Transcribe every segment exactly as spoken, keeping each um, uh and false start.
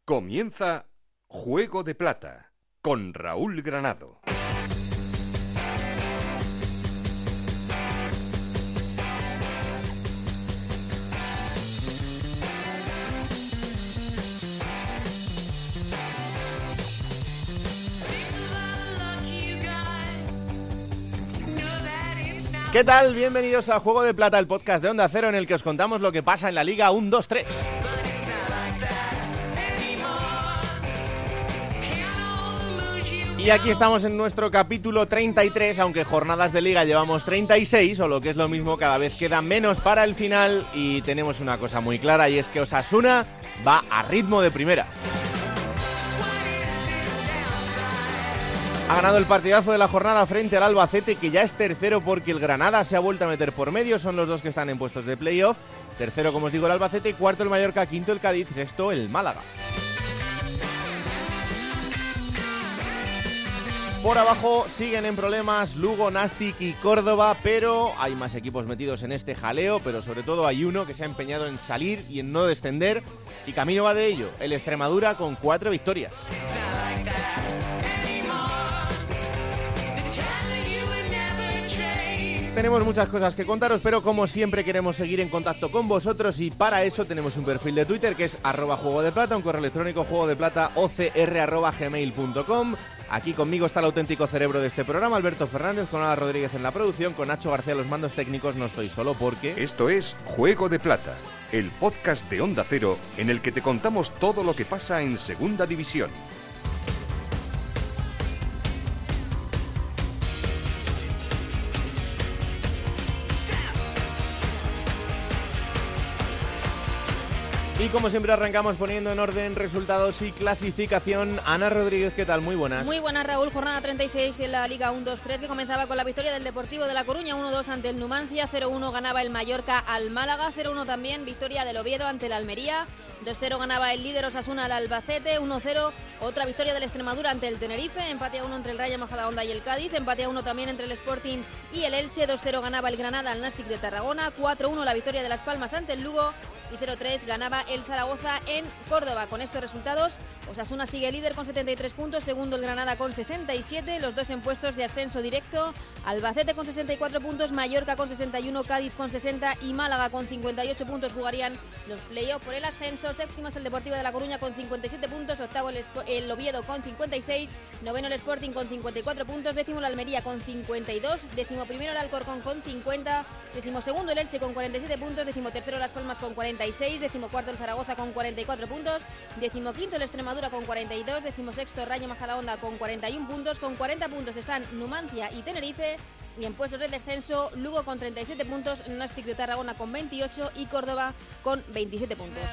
Comienza Juego de Plata con Raúl Granado. ¿Qué tal? Bienvenidos a Juego de Plata, el podcast de Onda Cero en el que os contamos lo que pasa en la Liga uno dos tres. Y aquí estamos en nuestro capítulo treinta y tres, aunque jornadas de Liga llevamos treinta y seis, o lo que es lo mismo, cada vez queda menos para el final y tenemos una cosa muy clara y es que Osasuna va a ritmo de primera. Ha ganado el partidazo de la jornada frente al Albacete, que ya es tercero porque el Granada se ha vuelto a meter por medio. Son los dos que están en puestos de playoff. Tercero, como os digo, el Albacete. Cuarto, el Mallorca. Quinto, el Cádiz. Sexto, el Málaga. Por abajo siguen en problemas Lugo, Nastic y Córdoba, pero hay más equipos metidos en este jaleo, pero sobre todo hay uno que se ha empeñado en salir y en no descender, y camino va de ello, el Extremadura, con cuatro victorias. Tenemos muchas cosas que contaros, pero como siempre queremos seguir en contacto con vosotros y para eso tenemos un perfil de Twitter que es arroba juego de plata, un correo electrónico juego de plata ocr arroba gmail punto com. Aquí conmigo está el auténtico cerebro de este programa, Alberto Fernández, con Ana Rodríguez en la producción, con Nacho García los mandos técnicos. No estoy solo porque... Esto es Juego de Plata, el podcast de Onda Cero en el que te contamos todo lo que pasa en Segunda División. Y como siempre arrancamos poniendo en orden resultados y clasificación. Ana Rodríguez, ¿qué tal? Muy buenas. Muy buenas, Raúl. Jornada treinta y seis en la Liga uno dos tres, que comenzaba con la victoria del Deportivo de La Coruña uno dos ante el Numancia. cero uno ganaba el Mallorca al Málaga. cero uno también victoria del Oviedo ante el Almería. dos cero ganaba el líder Osasuna al Albacete. uno cero otra victoria del Extremadura ante el Tenerife. Empate a uno entre el Rayo Majadahonda y el Cádiz. Empate a uno también entre el Sporting y el Elche. dos cero ganaba el Granada al Nastic de Tarragona. cuatro uno la victoria de Las Palmas ante el Lugo. Y cero tres ganaba el Zaragoza en Córdoba. Con estos resultados, Osasuna sigue líder con setenta y tres puntos, segundo el Granada con sesenta y siete, los dos en puestos de ascenso directo. Albacete con sesenta y cuatro puntos, Mallorca con sesenta y uno, Cádiz con sesenta y Málaga con cincuenta y ocho puntos jugarían los play-off por el ascenso. Séptimo es el Deportivo de La Coruña con cincuenta y siete puntos, octavo el, Espo- el Oviedo con cincuenta y seis, noveno el Sporting con cincuenta y cuatro puntos, décimo la Almería con cincuenta y dos, décimo primero el Alcorcón con cincuenta, décimo segundo el Elche con cuarenta y siete puntos, décimo tercero Las Palmas con cuarenta y seis, décimo cuarto el Zaragoza con cuarenta y cuatro puntos, décimo quinto el Extremadura con cuarenta y dos, décimo sexto Rayo Majadahonda con cuarenta y uno puntos, con cuarenta puntos están Numancia y Tenerife, y en puestos de descenso Lugo con treinta y siete puntos, Nastic de Tarragona con veintiocho y Córdoba con veintisiete puntos.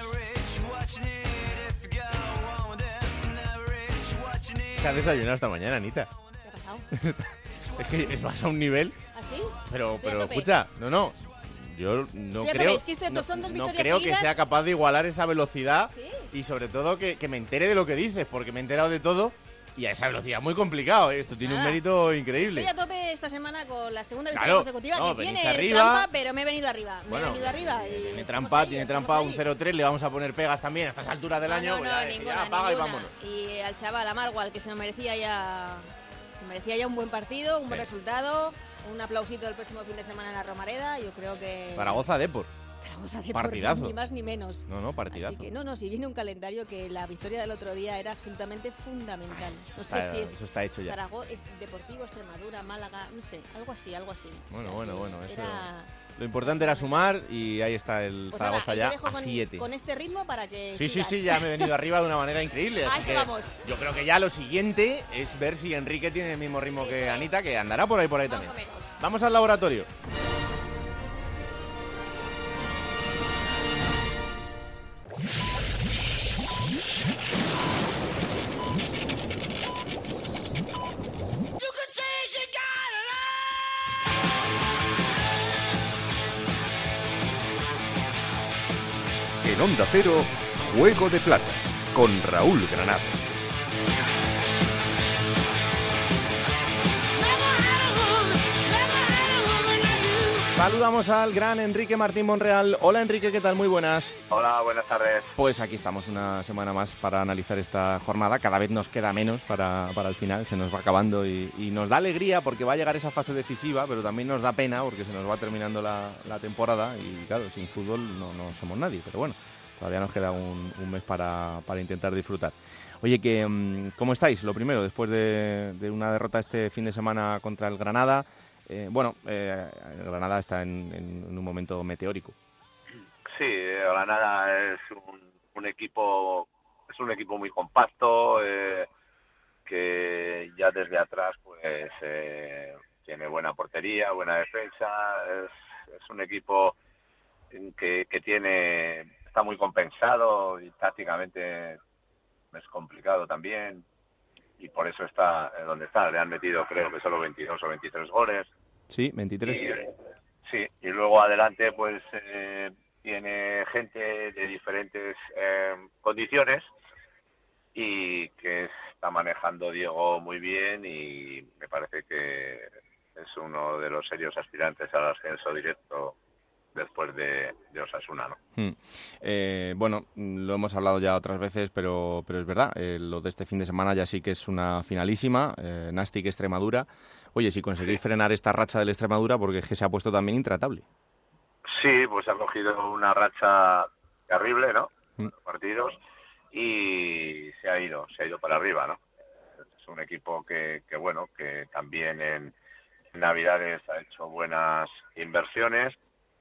¿Qué has desayunado esta mañana, Anita? ¿Qué ha pasado? Es que vas a un nivel... ¿Así? Pero, Estoy a pero tope. escucha, no, no... Yo no Estoy a creo, tope, es que esto- no, son dos no victorias creo que seguidas. sea capaz de igualar esa velocidad. ¿Sí? Y sobre todo que, que me entere de lo que dices, porque me he enterado de todo y a esa velocidad muy complicado, ¿eh? Esto tiene un nada. mérito increíble. Estoy a tope esta semana con la segunda Claro, victoria consecutiva, no, que venís tiene arriba. trampa, pero me he venido arriba. Me Bueno, he venido arriba. y tiene estamos trampa, ahí, tiene estamos trampa, ahí. un cero tres, le vamos a poner pegas también a estas alturas del No, año. no, pues no, ya, eh, ninguna, ya apaga y ninguna. vámonos. Y al chaval, a Marwal, que se lo merecía ya, se merecía ya un buen partido, un buen Sí. resultado, un aplausito el próximo fin de semana en la Romareda. Yo creo que Zaragoza Depor. Zaragoza de partidazo. por ni más ni menos. No, no, partidazo. Así que no, no, si viene un calendario que la victoria del otro día era absolutamente fundamental. Eso No está, sé si es eso está hecho ya. Zaragoza, es Deportivo, Extremadura, Málaga, no sé, algo así, algo así. Bueno, O sea, bueno, que bueno, eso- era- Lo importante era sumar y ahí está el Pues nada, Zaragoza ahí te ya dejo a con, siete. con este ritmo para que Sí, sí, sigas. sí, ya me he venido arriba de una manera increíble. A Así eso que vamos. yo creo que ya lo siguiente es ver si Enrique tiene el mismo ritmo Eso que es. Anita, que andará por ahí por ahí Más también. o menos. Vamos al laboratorio. En Onda Cero, Juego de Plata con Raúl Granado. Saludamos al gran Enrique Martín Monreal. Hola Enrique, ¿qué tal? Muy buenas. Hola, buenas tardes. Pues aquí estamos una semana más para analizar esta jornada. Cada vez nos queda menos para, para el final, se nos va acabando y, y nos da alegría porque va a llegar esa fase decisiva, pero también nos da pena porque se nos va terminando la, la temporada y claro, sin fútbol no, no somos nadie, pero bueno, todavía nos queda un, un mes para, para intentar disfrutar. Oye, que ¿cómo estáis? Lo primero, después de, de una derrota este fin de semana contra el Granada. Eh, bueno, eh, el Granada está en, en, en un momento meteórico. Sí, Granada es un, un equipo es un equipo muy compacto, eh, que ya desde atrás pues eh, tiene buena portería, buena defensa. Es, es un equipo que, que tiene está muy compensado y tácticamente es complicado también, y por eso está donde está. Le han metido creo que solo veintidós o veintitrés goles. Sí, veintitrés. Y, sí, y luego adelante pues eh, tiene gente de diferentes eh, condiciones y que está manejando Diego muy bien, y me parece que es uno de los serios aspirantes al ascenso directo después de, de Osasuna, ¿no? Hmm. Eh, bueno, lo hemos hablado ya otras veces, pero pero es verdad, eh, lo de este fin de semana ya sí que es una finalísima, eh, Nastic Extremadura. Oye, si conseguís Sí. frenar esta racha del Extremadura, porque es que se ha puesto también intratable. Sí, pues ha cogido una racha terrible, ¿no? Hmm. Partidos, y se ha ido, se ha ido para arriba, ¿no? Es un equipo que, que bueno, que también en Navidades ha hecho buenas inversiones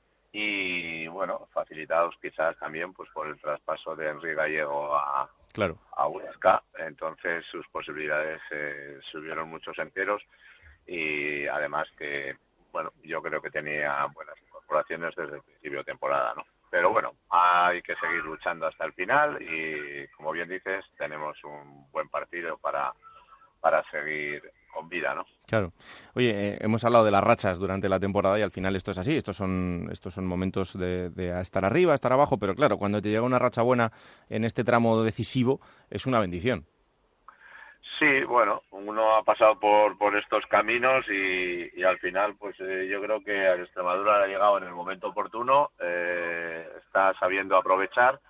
y, bueno, facilitados quizás también pues por el traspaso de Enrique Gallego a, Claro. a Huesca. Entonces sus posibilidades eh, subieron muchos enteros, y además que, bueno, yo creo que tenía buenas incorporaciones desde el principio de temporada, ¿no? Pero bueno, hay que seguir luchando hasta el final y, como bien dices, tenemos un buen partido para, para seguir con vida, ¿no? Claro. Oye, eh, hemos hablado de las rachas durante la temporada y al final esto es así. Estos son estos son momentos de, de estar arriba, estar abajo, pero claro, cuando te llega una racha buena en este tramo decisivo es una bendición. Sí, bueno, uno ha pasado por por estos caminos y, y al final, pues eh, yo creo que a Extremadura ha llegado en el momento oportuno, eh, está sabiendo aprovechar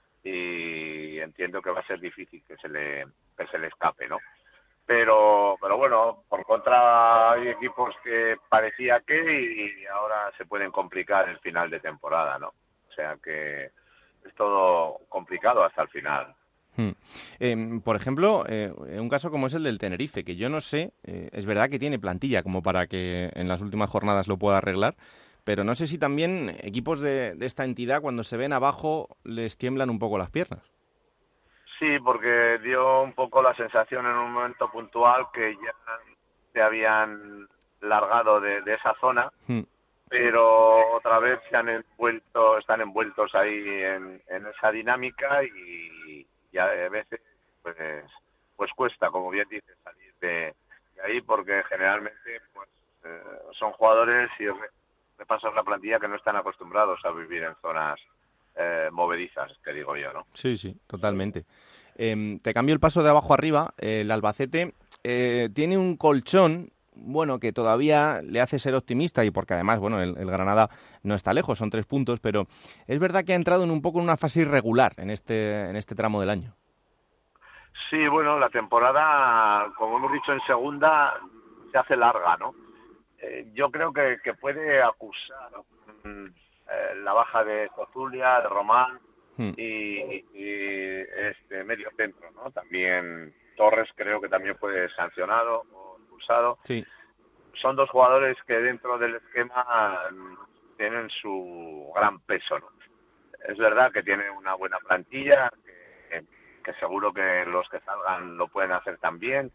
y entiendo que va a ser difícil que se le que se le escape, ¿no? Pero pero bueno, por contra hay equipos que parecía que y ahora se pueden complicar el final de temporada, ¿no? O sea que es todo complicado hasta el final. Hmm. Eh, por ejemplo, eh, un caso como es el del Tenerife, que yo no sé, eh, es verdad que tiene plantilla como para que en las últimas jornadas lo pueda arreglar, pero no sé si también equipos de, de esta entidad cuando se ven abajo les tiemblan un poco las piernas. Sí, porque dio un poco la sensación en un momento puntual que ya se habían largado de, de esa zona, Hmm. pero otra vez se han envuelto, están envueltos ahí en, en esa dinámica y, y a veces pues pues cuesta, como bien dices, salir de, de ahí, porque generalmente pues eh, son jugadores, y repasas la plantilla, que no están acostumbrados a vivir en zonas eh, movedizas, que digo yo, ¿no? Sí, sí, totalmente. Eh, te cambio el paso de abajo arriba. Eh, el Albacete eh, tiene un colchón, bueno, que todavía le hace ser optimista y porque además, bueno, el, el Granada no está lejos, son tres puntos, pero es verdad que ha entrado en un poco en una fase irregular en este, en este tramo del año. Sí, bueno, la temporada, como hemos dicho en segunda, se hace larga, ¿no? Eh, yo creo que, que puede acusar mm, eh, la baja de Zozulia, de Román Hmm. y, y este medio centro, ¿no? También Torres creo que también fue sancionado o expulsado. Sí. Son dos jugadores que dentro del esquema mm, tienen su gran peso, ¿no? Es verdad que tiene una buena plantilla, que, que seguro que los que salgan lo pueden hacer también,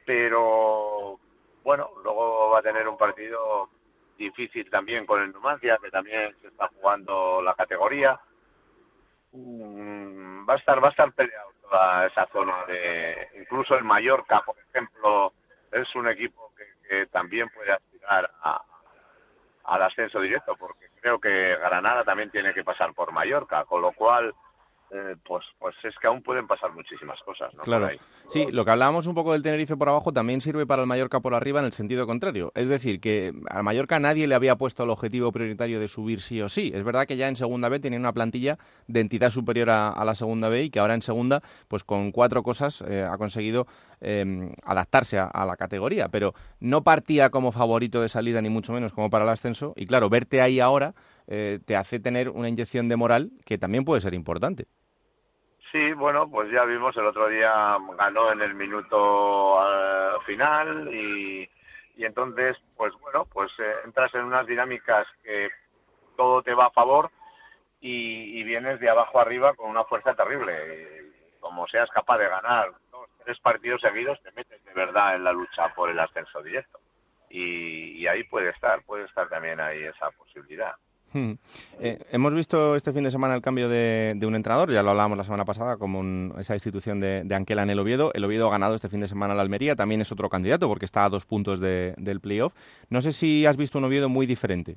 pero bueno, luego va a tener un partido difícil también con el Numancia, que también se está jugando la categoría. Mm, va a estar va a estar peleado toda esa zona de, incluso el Mallorca, por ejemplo, es un equipo que, que también puede aspirar a, al ascenso directo, porque creo que Granada también tiene que pasar por Mallorca, con lo cual eh, pues pues es que aún pueden pasar muchísimas cosas, ¿no? Claro, sí, lo que hablábamos un poco del Tenerife por abajo también sirve para el Mallorca por arriba en el sentido contrario. Es decir, que al Mallorca nadie le había puesto el objetivo prioritario de subir sí o sí. Es verdad que ya en Segunda B tenía una plantilla de entidad superior a, a la Segunda B y que ahora en Segunda, pues con cuatro cosas eh, ha conseguido eh, adaptarse a, a la categoría, pero no partía como favorito de salida ni mucho menos como para el ascenso y claro, verte ahí ahora eh, te hace tener una inyección de moral que también puede ser importante. Sí, bueno, pues ya vimos el otro día ganó en el minuto uh, final y, y entonces, pues bueno, pues eh, entras en unas dinámicas que todo te va a favor y, y vienes de abajo arriba con una fuerza terrible. Y como seas capaz de ganar dos, tres partidos seguidos, te metes de verdad en la lucha por el ascenso directo. Y, y ahí puede estar, puede estar también ahí esa posibilidad. Hmm. Eh, hemos visto este fin de semana el cambio de, de un entrenador, ya lo hablábamos la semana pasada, como un, esa institución de, de Anquela en el Oviedo. El Oviedo ha ganado este fin de semana la Almería, también es otro candidato porque está a dos puntos de, del playoff. No sé si has visto un Oviedo muy diferente.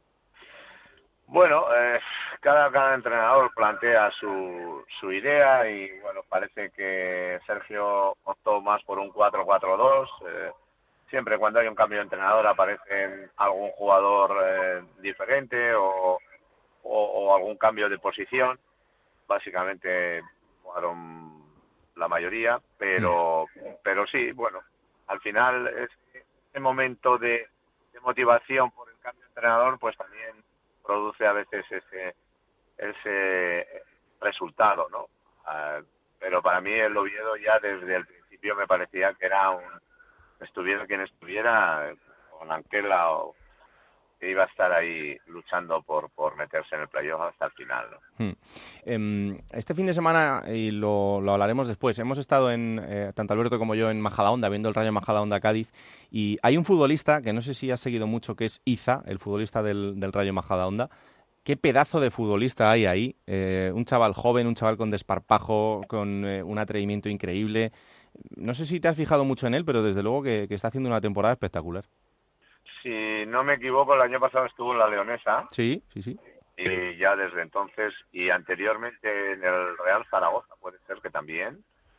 Bueno, eh, cada, cada entrenador plantea su, su idea y bueno, parece que Sergio optó más por un cuatro cuatro dos. Eh, siempre cuando hay un cambio de entrenador aparece algún jugador eh, diferente o, o, o algún cambio de posición. Básicamente jugaron la mayoría, pero pero sí, bueno, al final ese, ese momento de, de motivación por el cambio de entrenador pues también produce a veces ese ese resultado, ¿no? Uh, pero para mí el Oviedo ya desde el principio me parecía que era un estuviera quien estuviera con Anquela o que iba a estar ahí luchando por, por meterse en el playoff hasta el final, ¿no? Hmm. Eh, este fin de semana, y lo, lo hablaremos después, hemos estado en, eh, tanto Alberto como yo, en Majadahonda, viendo el Rayo Majadahonda Cádiz, y hay un futbolista, que no sé si has seguido mucho, que es Iza, el futbolista del, del Rayo Majadahonda. Qué pedazo de futbolista hay ahí, eh, un chaval joven, un chaval con desparpajo, con eh, un atrevimiento increíble. No sé si te has fijado mucho en él, pero desde luego que, que está haciendo una temporada espectacular. Si no me equivoco, el año pasado estuvo en la Leonesa. Sí, sí, sí. Y ya desde entonces, y anteriormente en el Real Zaragoza, puede ser que también.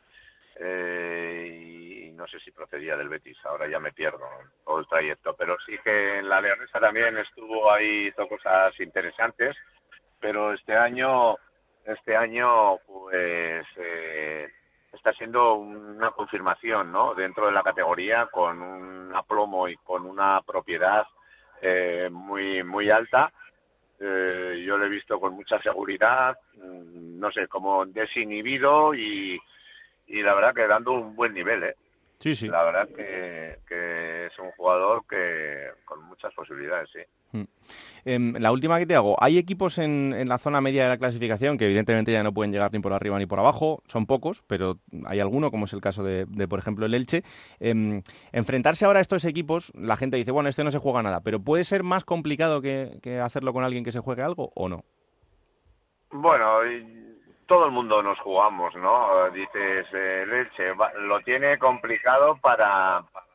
Eh, y no sé si procedía del Betis, ahora ya me pierdo todo el trayecto. Pero sí que en la Leonesa también estuvo ahí, hizo cosas interesantes. Pero este año, este año, pues... Eh, está siendo una confirmación, ¿no? Dentro de la categoría con un aplomo y con una propiedad eh, muy muy alta. Eh, yo lo he visto con mucha seguridad, no sé, como desinhibido y, y la verdad que dando un buen nivel, ¿eh? Sí, sí. La verdad que, que es un jugador que con muchas posibilidades, sí. Mm. Eh, la última que te hago, hay equipos en, en la zona media de la clasificación que evidentemente ya no pueden llegar ni por arriba ni por abajo, son pocos, pero hay alguno, como es el caso de, de por ejemplo, el Elche. Eh, enfrentarse ahora a estos equipos, la gente dice, bueno, este no se juega nada, pero ¿puede ser más complicado que, que hacerlo con alguien que se juegue algo o no? Bueno, y todo el mundo nos jugamos, ¿no? Dices, eh, el Elche va, lo tiene complicado para, para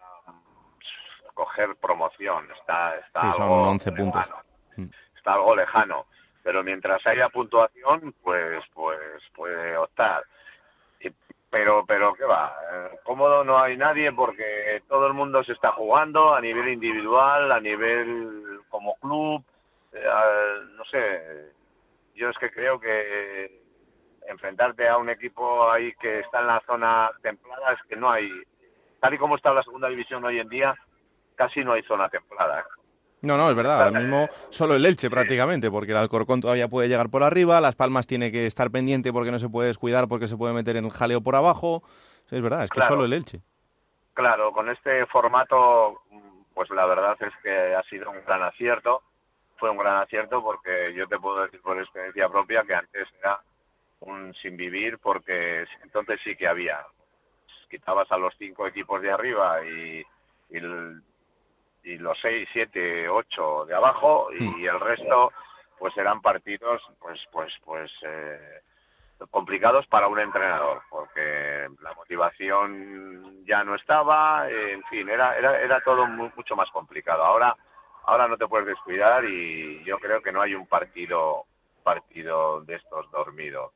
coger promoción, está, está sí, algo son once puntos. Lejano, está algo lejano, pero mientras haya puntuación, pues pues puede optar. Y, pero, pero ¿qué va? Eh, cómodo no hay nadie porque todo el mundo se está jugando a nivel individual, a nivel como club, eh, no sé, yo es que creo que enfrentarte a un equipo ahí que está en la zona templada es que no hay, tal y como está la segunda división hoy en día, casi no hay zona templada, ¿eh? No, no, es verdad, ahora mismo solo el Elche prácticamente, porque el Alcorcón todavía puede llegar por arriba, Las Palmas tiene que estar pendiente porque no se puede descuidar, porque se puede meter en el jaleo por abajo. Es verdad, es que claro, solo el Elche. Claro, con este formato, pues la verdad es que ha sido un gran acierto, fue un gran acierto porque yo te puedo decir por experiencia propia que antes era un sin vivir porque entonces sí que había, quitabas a los cinco equipos de arriba y, y el, y los seis, siete, ocho de abajo y el resto pues eran partidos pues pues pues eh, complicados para un entrenador porque la motivación ya no estaba, en fin, era era era todo muy, mucho más complicado. Ahora ahora no te puedes descuidar y yo creo que no hay un partido partido de estos dormido. Yo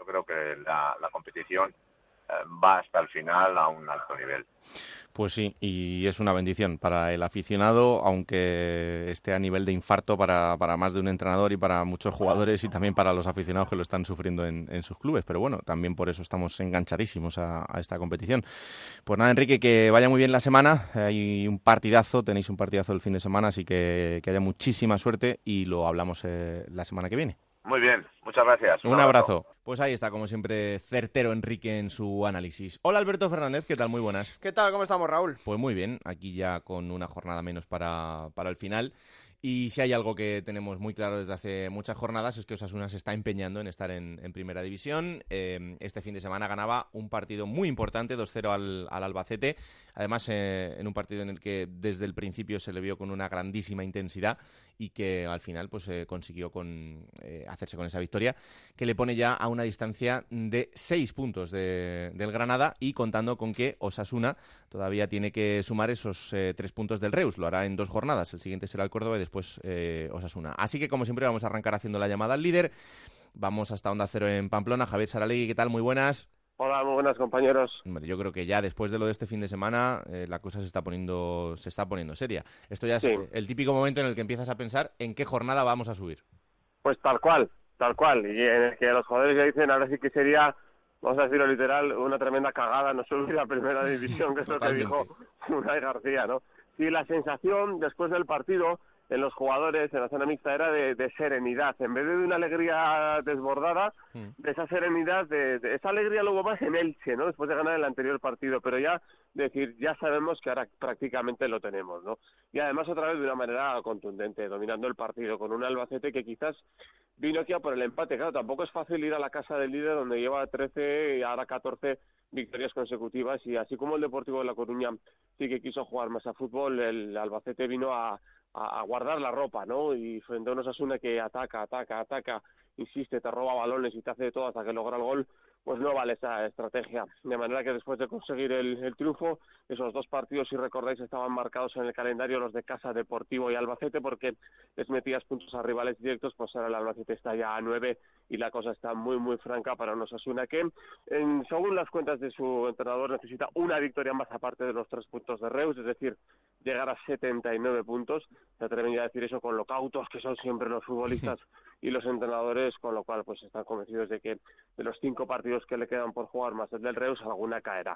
creo que la, la competición eh, va hasta el final a un alto nivel. Pues sí, y es una bendición para el aficionado, aunque esté a nivel de infarto para, para más de un entrenador y para muchos jugadores y también para los aficionados que lo están sufriendo en, en sus clubes. Pero bueno, también por eso estamos enganchadísimos a, a esta competición. Pues nada, Enrique, que vaya muy bien la semana. Hay un partidazo, tenéis un partidazo el fin de semana, así que que haya muchísima suerte y lo hablamos eh, la semana que viene. Muy bien, muchas gracias. Un, un abrazo. abrazo. Pues ahí está, como siempre, certero Enrique en su análisis. Hola Alberto Fernández, ¿qué tal? Muy buenas. ¿Qué tal? ¿Cómo estamos, Raúl? Pues muy bien, aquí ya con una jornada menos para, para el final. Y si hay algo que tenemos muy claro desde hace muchas jornadas es que Osasuna se está empeñando en estar en, en Primera División. Eh, este fin de semana ganaba un partido muy importante, dos cero al, al Albacete. Además, eh, en un partido en el que desde el principio se le vio con una grandísima intensidad y que al final pues eh, consiguió con, eh, hacerse con esa victoria, que le pone ya a una distancia de seis puntos de, del Granada y contando con que Osasuna todavía tiene que sumar esos eh, tres puntos del Reus. Lo hará en dos jornadas. El siguiente será el Córdoba y después eh, Osasuna. Así que, como siempre, vamos a arrancar haciendo la llamada al líder. Vamos hasta Onda Cero en Pamplona. Javier Saralegui, ¿qué tal? Muy buenas. Hola, muy buenas, compañeros. Hombre, yo creo que ya después de lo de este fin de semana eh, la cosa se está poniendo se está poniendo seria. Esto ya es sí. el típico momento en el que empiezas a pensar en qué jornada vamos a subir. Pues tal cual, tal cual. Y en el que los jugadores ya dicen, ahora sí que sería, vamos a decirlo literal, una tremenda cagada no subir a Primera División, que es lo que dijo Unai García, ¿no? Sí, la sensación después del partido en los jugadores, en la zona mixta, era de, de serenidad. En vez de una alegría desbordada, mm. de esa serenidad, de, de esa alegría luego más en Elche, ¿no? Después de ganar el anterior partido, pero ya decir, ya sabemos que ahora prácticamente lo tenemos, ¿no? Y además otra vez de una manera contundente, dominando el partido, con un Albacete que quizás vino aquí a por el empate. Claro, tampoco es fácil ir a la casa del líder donde lleva trece y ahora catorce victorias consecutivas, y así como el Deportivo de La Coruña sí que quiso jugar más a fútbol, el Albacete vino a a guardar la ropa, ¿no? Y frente a un Osasuna que ataca, ataca, ataca, insiste, te roba balones y te hace de todo hasta que logra el gol, pues no vale esa estrategia. De manera que después de conseguir el, el triunfo, esos dos partidos, si recordáis, estaban marcados en el calendario, los de casa, Deportivo y Albacete, porque les metías puntos a rivales directos. Pues ahora el Albacete está ya a nueve y la cosa está muy, muy franca para un Osasuna que, en, según las cuentas de su entrenador, necesita una victoria más aparte de los tres puntos de Reus, es decir, llegar a setenta y nueve puntos. Se atreven ya a decir eso con lo cautos que son siempre los futbolistas y los entrenadores, con lo cual pues están convencidos de que de los cinco partidos que le quedan por jugar más el del Reus, alguna caerá.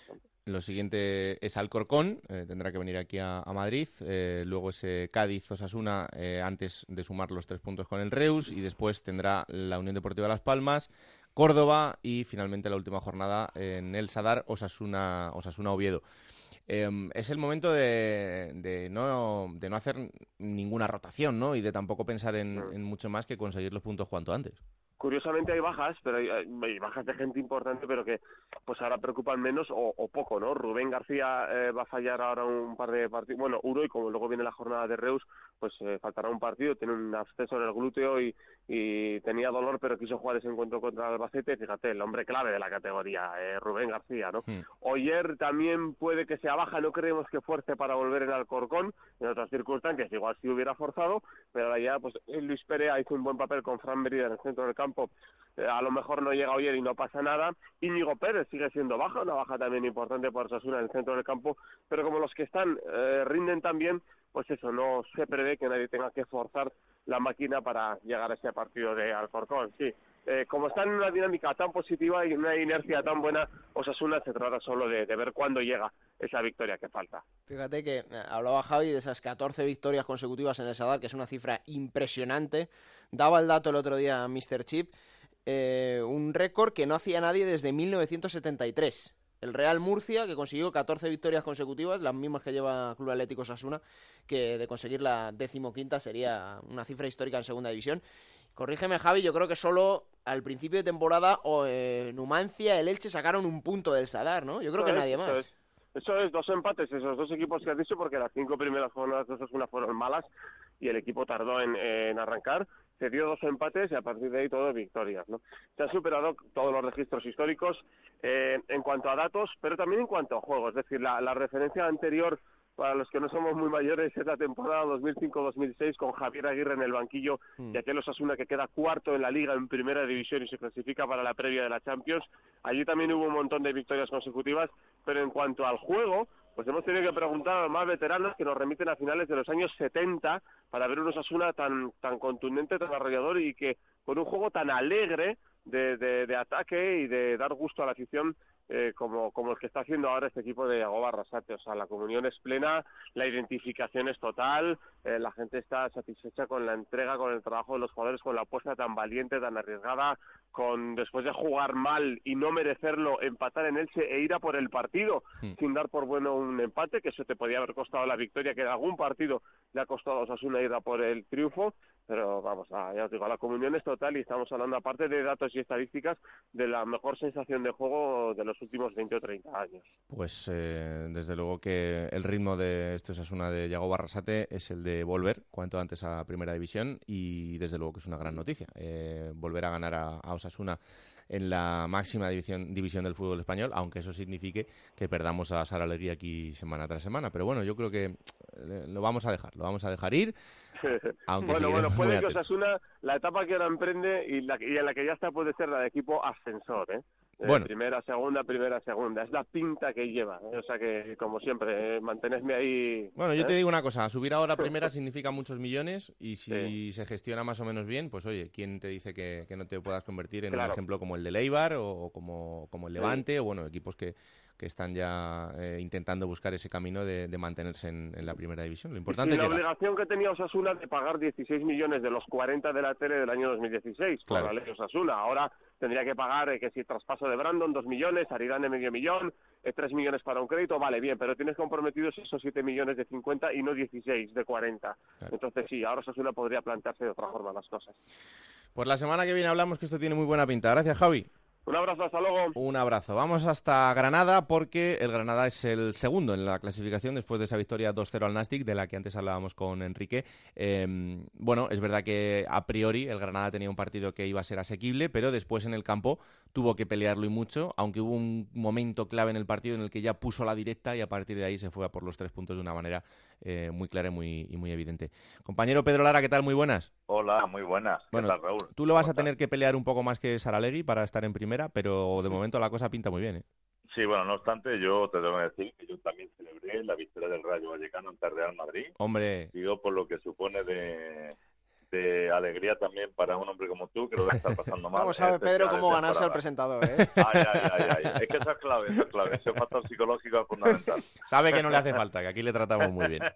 Lo siguiente es Alcorcón, eh, tendrá que venir aquí a, a Madrid, eh, luego ese Cádiz-Osasuna eh, antes de sumar los tres puntos con el Reus, y después tendrá la Unión Deportiva Las Palmas, Córdoba y finalmente la última jornada en el Sadar, Osasuna, Osasuna Oviedo. Eh, es el momento de, de, no, de no hacer ninguna rotación, ¿no? Y de tampoco pensar en, en mucho más que conseguir los puntos cuanto antes. Curiosamente hay bajas, pero hay, hay bajas de gente importante, pero que pues ahora preocupan menos o, o poco, ¿no? Rubén García eh, va a fallar ahora un par de partidos, bueno, uno, y como luego viene la jornada de Reus, pues eh, faltará un partido, tiene un absceso en el glúteo y, y tenía dolor, pero quiso jugar ese encuentro contra el Albacete. Fíjate, el hombre clave de la categoría, eh, Rubén García, ¿no? Hmm. Oyer también puede que sea baja, no creemos que fuerce para volver en Alcorcón, en otras circunstancias igual sí hubiera forzado, pero ahora ya, pues Luis Perea hizo un buen papel con Fran Merida en el centro del campo. Eh, a lo mejor no llega Oyer y no pasa nada. Íñigo Pérez sigue siendo baja, una baja también importante por Osasuna en el centro del campo, pero como los que están eh, rinden también, pues eso, no se prevé que nadie tenga que forzar la máquina para llegar a ese partido de Alcorcón. Sí, eh, como están en una dinámica tan positiva y una inercia tan buena, Osasuna se trata solo de, de ver cuándo llega esa victoria que falta. Fíjate que eh, hablaba Javi de esas catorce victorias consecutivas en el Sadar, que es una cifra impresionante. Daba el dato el otro día míster Chip, eh, un récord que no hacía nadie desde mil novecientos setenta y tres. El Real Murcia, que consiguió catorce victorias consecutivas, las mismas que lleva Club Atlético Osasuna, que de conseguir la decimoquinta sería una cifra histórica en segunda división. Corrígeme, Javi, yo creo que solo al principio de temporada o, eh, Numancia, el Elche sacaron un punto del Sadar, ¿no? Yo creo que es, nadie más. Eso es. Eso es, dos empates, esos dos equipos que has dicho, porque las cinco primeras jornadas de Osasuna fueron malas y el equipo tardó en, en arrancar. Se dio dos empates y a partir de ahí todo victorias, ¿no? Se han superado todos los registros históricos eh, en cuanto a datos, pero también en cuanto a juego. Es decir, la, la referencia anterior para los que no somos muy mayores, es la temporada dos mil cinco dos mil seis con Javier Aguirre en el banquillo mm. y aquel Osasuna que queda cuarto en la Liga en Primera División y se clasifica para la previa de la Champions. Allí también hubo un montón de victorias consecutivas, pero en cuanto al juego, pues hemos tenido que preguntar a los más veteranos que nos remiten a finales de los años setenta para ver un Osasuna tan, tan contundente, tan arrollador y que con un juego tan alegre de, de, de ataque y de dar gusto a la afición, Eh, como, como el que está haciendo ahora este equipo de Yagoba Arrasate. O sea, la comunión es plena, la identificación es total, eh, la gente está satisfecha con la entrega, con el trabajo de los jugadores, con la apuesta tan valiente, tan arriesgada, con después de jugar mal y no merecerlo, empatar en Elche e ir a por el partido, sí. sin dar por bueno un empate, que eso te podía haber costado la victoria, que en algún partido le ha costado a Osasuna ir a por el triunfo. Pero vamos, a, ya os digo, la comunión es total y estamos hablando, aparte de datos y estadísticas, de la mejor sensación de juego de los últimos veinte o treinta años. Pues eh, desde luego que el ritmo de este Osasuna de Yagoba Arrasate es el de volver cuanto antes a Primera División y desde luego que es una gran noticia. Eh, volver a ganar a, a Osasuna en la máxima división, división del fútbol español, aunque eso signifique que perdamos a Saralegui aquí semana tras semana. Pero bueno, yo creo que lo vamos a dejar, lo vamos a dejar ir. Aunque bueno, bueno, puede que Osasuna, la etapa que ahora emprende y, la, y en la que ya está puede ser la de equipo ascensor, ¿eh? Bueno. Eh, primera, segunda, primera, segunda. Es la pinta que lleva, ¿eh? O sea que, como siempre, eh, mantenedme ahí. Bueno, yo ¿eh? te digo una cosa, subir ahora a primera significa muchos millones y si sí. se gestiona más o menos bien, pues oye, ¿quién te dice que, que no te puedas convertir en claro. un ejemplo como el de Eibar o, o como, como el Levante sí. o bueno, equipos que, que están ya eh, intentando buscar ese camino de, de mantenerse en, en la Primera División? Lo importante y es la llegar. Obligación que tenía Osasuna de pagar dieciséis millones de los cuarenta de la tele del año dos mil dieciséis claro. por la ley Osasuna. Ahora tendría que pagar, eh, que si traspaso de Brandon, dos millones, Aridane de medio millón, eh, tres millones para un crédito, vale, bien, pero tienes comprometidos esos siete millones de cincuenta y no dieciséis de cuarenta. Claro. Entonces sí, ahora Osasuna podría plantearse de otra forma las cosas. Pues la semana que viene hablamos, que esto tiene muy buena pinta. Gracias, Javi. Un abrazo, hasta luego. Un abrazo. Vamos hasta Granada porque el Granada es el segundo en la clasificación después de esa victoria dos cero al Nastic, de la que antes hablábamos con Enrique. Eh, bueno, es verdad que a priori el Granada tenía un partido que iba a ser asequible, pero después en el campo tuvo que pelearlo y mucho, aunque hubo un momento clave en el partido en el que ya puso la directa y a partir de ahí se fue a por los tres puntos de una manera eh, muy clara y muy, y muy evidente. Compañero Pedro Lara, ¿qué tal? Muy buenas. Hola, muy buenas. ¿Qué bueno, tal, Raúl? Tú lo vas a tener que pelear un poco más que Saralegui para estar en primera, pero de momento la cosa pinta muy bien, ¿eh? Sí, bueno, no obstante, yo te debo decir que yo también celebré la victoria del Rayo Vallecano ante el Real Madrid. Hombre. Digo, por lo que supone de, de alegría también para un hombre como tú, que lo debe estar pasando mal. Vamos a ver, Pedro, cómo ganarse al presentador, ¿eh? Ay, ay, ay, ay. Es que esa es clave, esa es clave. Ese factor psicológico es fundamental. Sabe que no le hace falta, que aquí le tratamos muy bien.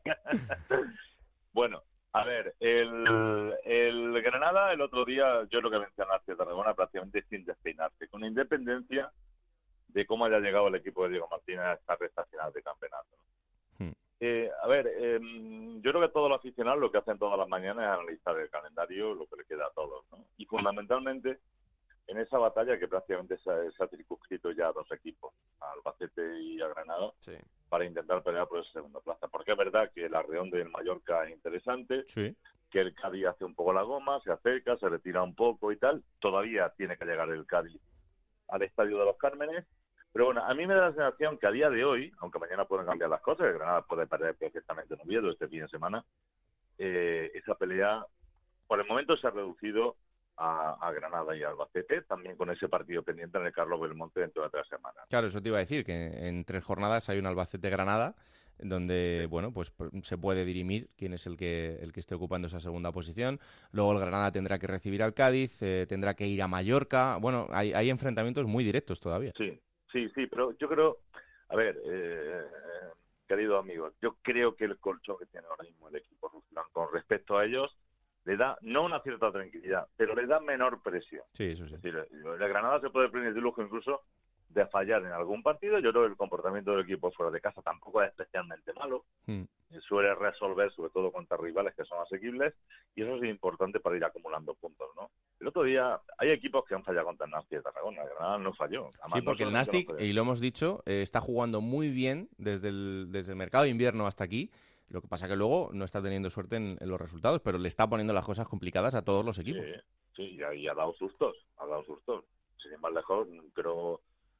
Bueno. A ver, el, el Granada el otro día, yo lo que mencionaste, Tarragona prácticamente sin despeinarse, con independencia de cómo haya llegado el equipo de Diego Martínez a esta recta final de campeonato. Hmm. Eh, a ver, eh, yo creo que todos los aficionados lo que hacen todas las mañanas es analizar el calendario, lo que le queda a todos, ¿no? Y fundamentalmente en esa batalla que prácticamente se ha, se ha circunscrito ya a dos equipos, a Albacete y a Granada, sí. para intentar pelear por esa segunda plaza. Porque es verdad que el Arreón del Mallorca es interesante, sí. que el Cádiz hace un poco la goma, se acerca, se retira un poco y tal. Todavía tiene que llegar el Cádiz al Estadio de los Cármenes. Pero bueno, a mí me da la sensación que a día de hoy, aunque mañana pueden cambiar las cosas, el Granada puede perder perfectamente en Oviedo este fin de semana, eh, esa pelea por el momento se ha reducido A, a Granada y Albacete, también con ese partido pendiente en el Carlos Belmonte dentro de tres semanas. Claro, eso te iba a decir, que en tres jornadas hay un Albacete-Granada, donde, bueno, pues se puede dirimir quién es el que el que esté ocupando esa segunda posición. Luego el Granada tendrá que recibir al Cádiz, eh, tendrá que ir a Mallorca. Bueno, hay, hay enfrentamientos muy directos todavía. Sí, sí, sí, pero yo creo, a ver, eh, queridos amigos, yo creo que el colchón que tiene ahora mismo el equipo Ruslan con respecto a ellos le da, no una cierta tranquilidad, pero le da menor presión. Sí, eso sí. Es decir, la Granada se puede permitir el lujo incluso de fallar en algún partido. Yo creo que el comportamiento del equipo fuera de casa tampoco es especialmente malo. Mm. Suele resolver, sobre todo contra rivales que son asequibles, y eso es importante para ir acumulando puntos, ¿no? El otro día hay equipos que han fallado contra el Nastic de Tarragona. La Granada no falló. Además, sí, porque no el Nastic, no y lo hemos dicho, eh, está jugando muy bien desde el, desde el mercado de invierno hasta aquí. Lo que pasa que luego no está teniendo suerte en, en los resultados, pero le está poniendo las cosas complicadas a todos los equipos. Sí, sí, y ha, y ha dado sustos, ha dado sustos. Sin ir más lejos, pero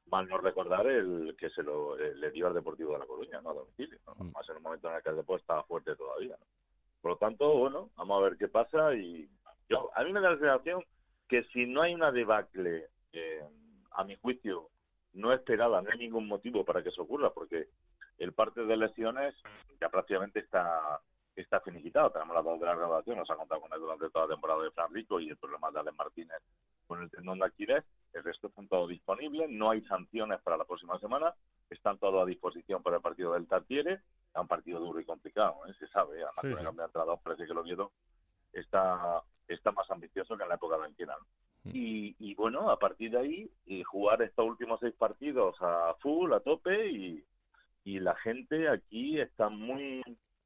mal no recordar el que se lo eh, le dio al Deportivo de La Coruña, ¿no? A domicilio, ¿no? Más en un momento en el que el Deportivo estaba fuerte todavía, ¿no? Por lo tanto, bueno, vamos a ver qué pasa y yo a mí me da la sensación que si no hay una debacle, eh, a mi juicio, no esperada, no hay ningún motivo para que eso ocurra, porque el parte de lesiones ya prácticamente está está finiquitado. Tenemos las dos de la grabación, nos ha contado con él durante toda la temporada de Fran Rico y el problema de Alex Martínez con el tendón de Aquiles. El resto están todos disponibles, no hay sanciones para la próxima semana, están todos a disposición para el partido del Tartiere. Es un partido duro y complicado, ¿eh? Se sabe, además sí, con el sí. cambio de entrenador parece que el Oviedo está, está más ambicioso que en la época de Anquinal. Mm. Y, y bueno, a partir de ahí, y jugar estos últimos seis partidos a full, a tope, y, y la gente aquí está muy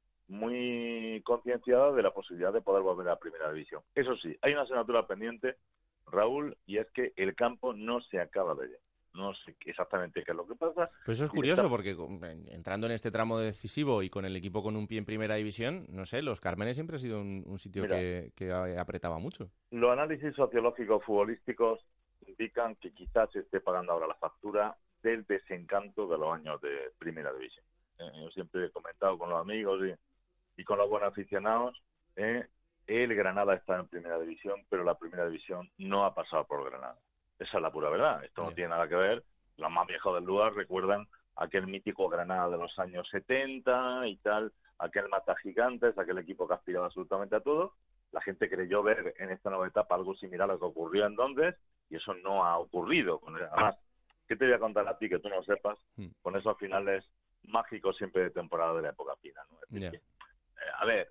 muy concienciada de la posibilidad de poder volver a la primera división. Eso sí, hay una asignatura pendiente, Raúl, y es que el campo no se acaba de llenar. No sé exactamente qué es lo que pasa. Pues eso es curioso, está... porque entrando en este tramo decisivo y con el equipo con un pie en primera división, no sé, los Cármenes siempre ha sido un, un sitio Mira, que, que apretaba mucho. Los análisis sociológicos futbolísticos indican que quizás se esté pagando ahora la factura del desencanto de los años de primera división. Eh, yo siempre he comentado con los amigos y y con los buenos aficionados, eh, el Granada está en primera división, pero la primera división no ha pasado por Granada. Esa es la pura verdad. Esto no tiene nada que ver. Los más viejos del lugar recuerdan aquel mítico Granada de los años setenta y tal, aquel mata gigantes, aquel equipo que aspiraba absolutamente a todo. La gente creyó ver en esta nueva etapa algo similar a lo que ocurrió en Londres, y eso no ha ocurrido. Además, ¿qué te voy a contar a ti que tú no sepas? Hmm. Con esos finales mágicos siempre de temporada de la época fina, ¿no? Es decir, yeah. que, A ver,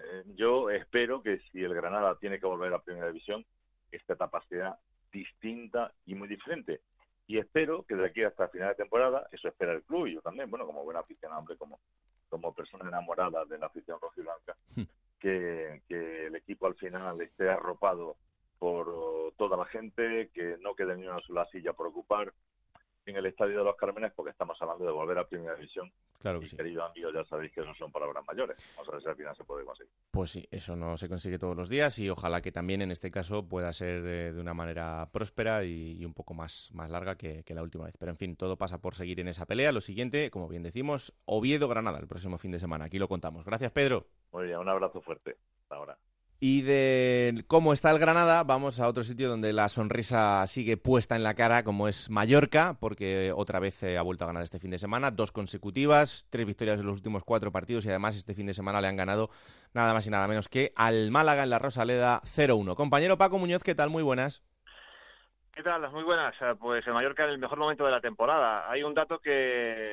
yo espero que si el Granada tiene que volver a la primera división, esta etapa sea distinta y muy diferente. Y espero que de aquí hasta el final de temporada, eso espera el club y yo también, bueno, como buen aficionado, hombre, como, como persona enamorada de la afición rojiblanca, hmm. que, que el equipo al final esté arropado por uh, toda la gente, que no quede ni una sola silla por ocupar en el Estadio de los Cármenes, porque estamos hablando de volver a primera división. Claro que y sí. Querido amigo, ya sabéis que no son palabras mayores. Vamos a ver si al final se puede conseguir. Pues sí, eso no se consigue todos los días y ojalá que también en este caso pueda ser eh, de una manera próspera y, y un poco más, más larga que, que la última vez. Pero en fin, todo pasa por seguir en esa pelea. Lo siguiente, como bien decimos, Oviedo-Granada el próximo fin de semana. Aquí lo contamos. Gracias, Pedro. Muy bien, un abrazo fuerte. Hasta ahora. Y de cómo está el Granada, vamos a otro sitio donde la sonrisa sigue puesta en la cara, como es Mallorca, porque otra vez ha vuelto a ganar este fin de semana, dos consecutivas, tres victorias en los últimos cuatro partidos y además este fin de semana le han ganado nada más y nada menos que al Málaga en la Rosaleda cero uno. Compañero Paco Muñoz, ¿qué tal? Muy buenas. ¿Qué tal? Muy buenas. Pues el Mallorca en el mejor momento de la temporada. Hay un dato que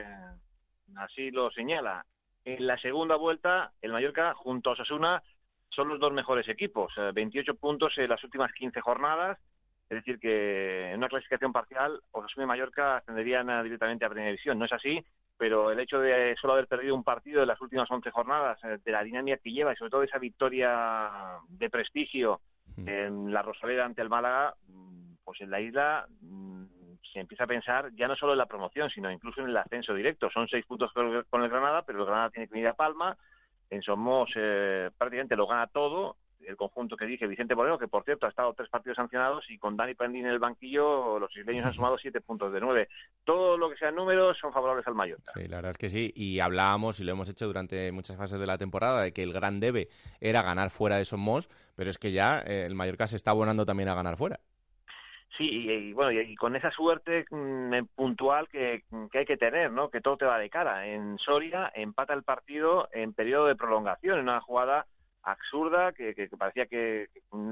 así lo señala. En la segunda vuelta, el Mallorca junto a Osasuna son los dos mejores equipos, veintiocho puntos en las últimas quince jornadas, es decir que en una clasificación parcial Osasuna y Mallorca ascenderían directamente a Primera División. No es así, pero el hecho de solo haber perdido un partido en las últimas once jornadas, de la dinámica que lleva y sobre todo esa victoria de prestigio en la Rosaleda ante el Málaga, pues en la isla se empieza a pensar ya no solo en la promoción, sino incluso en el ascenso directo. Son seis puntos con el Granada, pero el Granada tiene que venir a Palma. En Somos eh, prácticamente lo gana todo, el conjunto que dije, Vicente Moreno, que por cierto ha estado tres partidos sancionados, y con Dani Pendín en el banquillo, los isleños han sumado siete puntos de nueve. Todo lo que sean números son favorables al Mallorca. Sí, la verdad es que sí, y hablábamos, y lo hemos hecho durante muchas fases de la temporada, de que el gran debe era ganar fuera de Somos, pero es que ya eh, el Mallorca se está abonando también a ganar fuera. Sí, y, y bueno, y, y con esa suerte mmm, puntual que, que hay que tener, ¿no? Que todo te va de cara. En Soria empata el partido en periodo de prolongación, en una jugada absurda que, que, que parecía que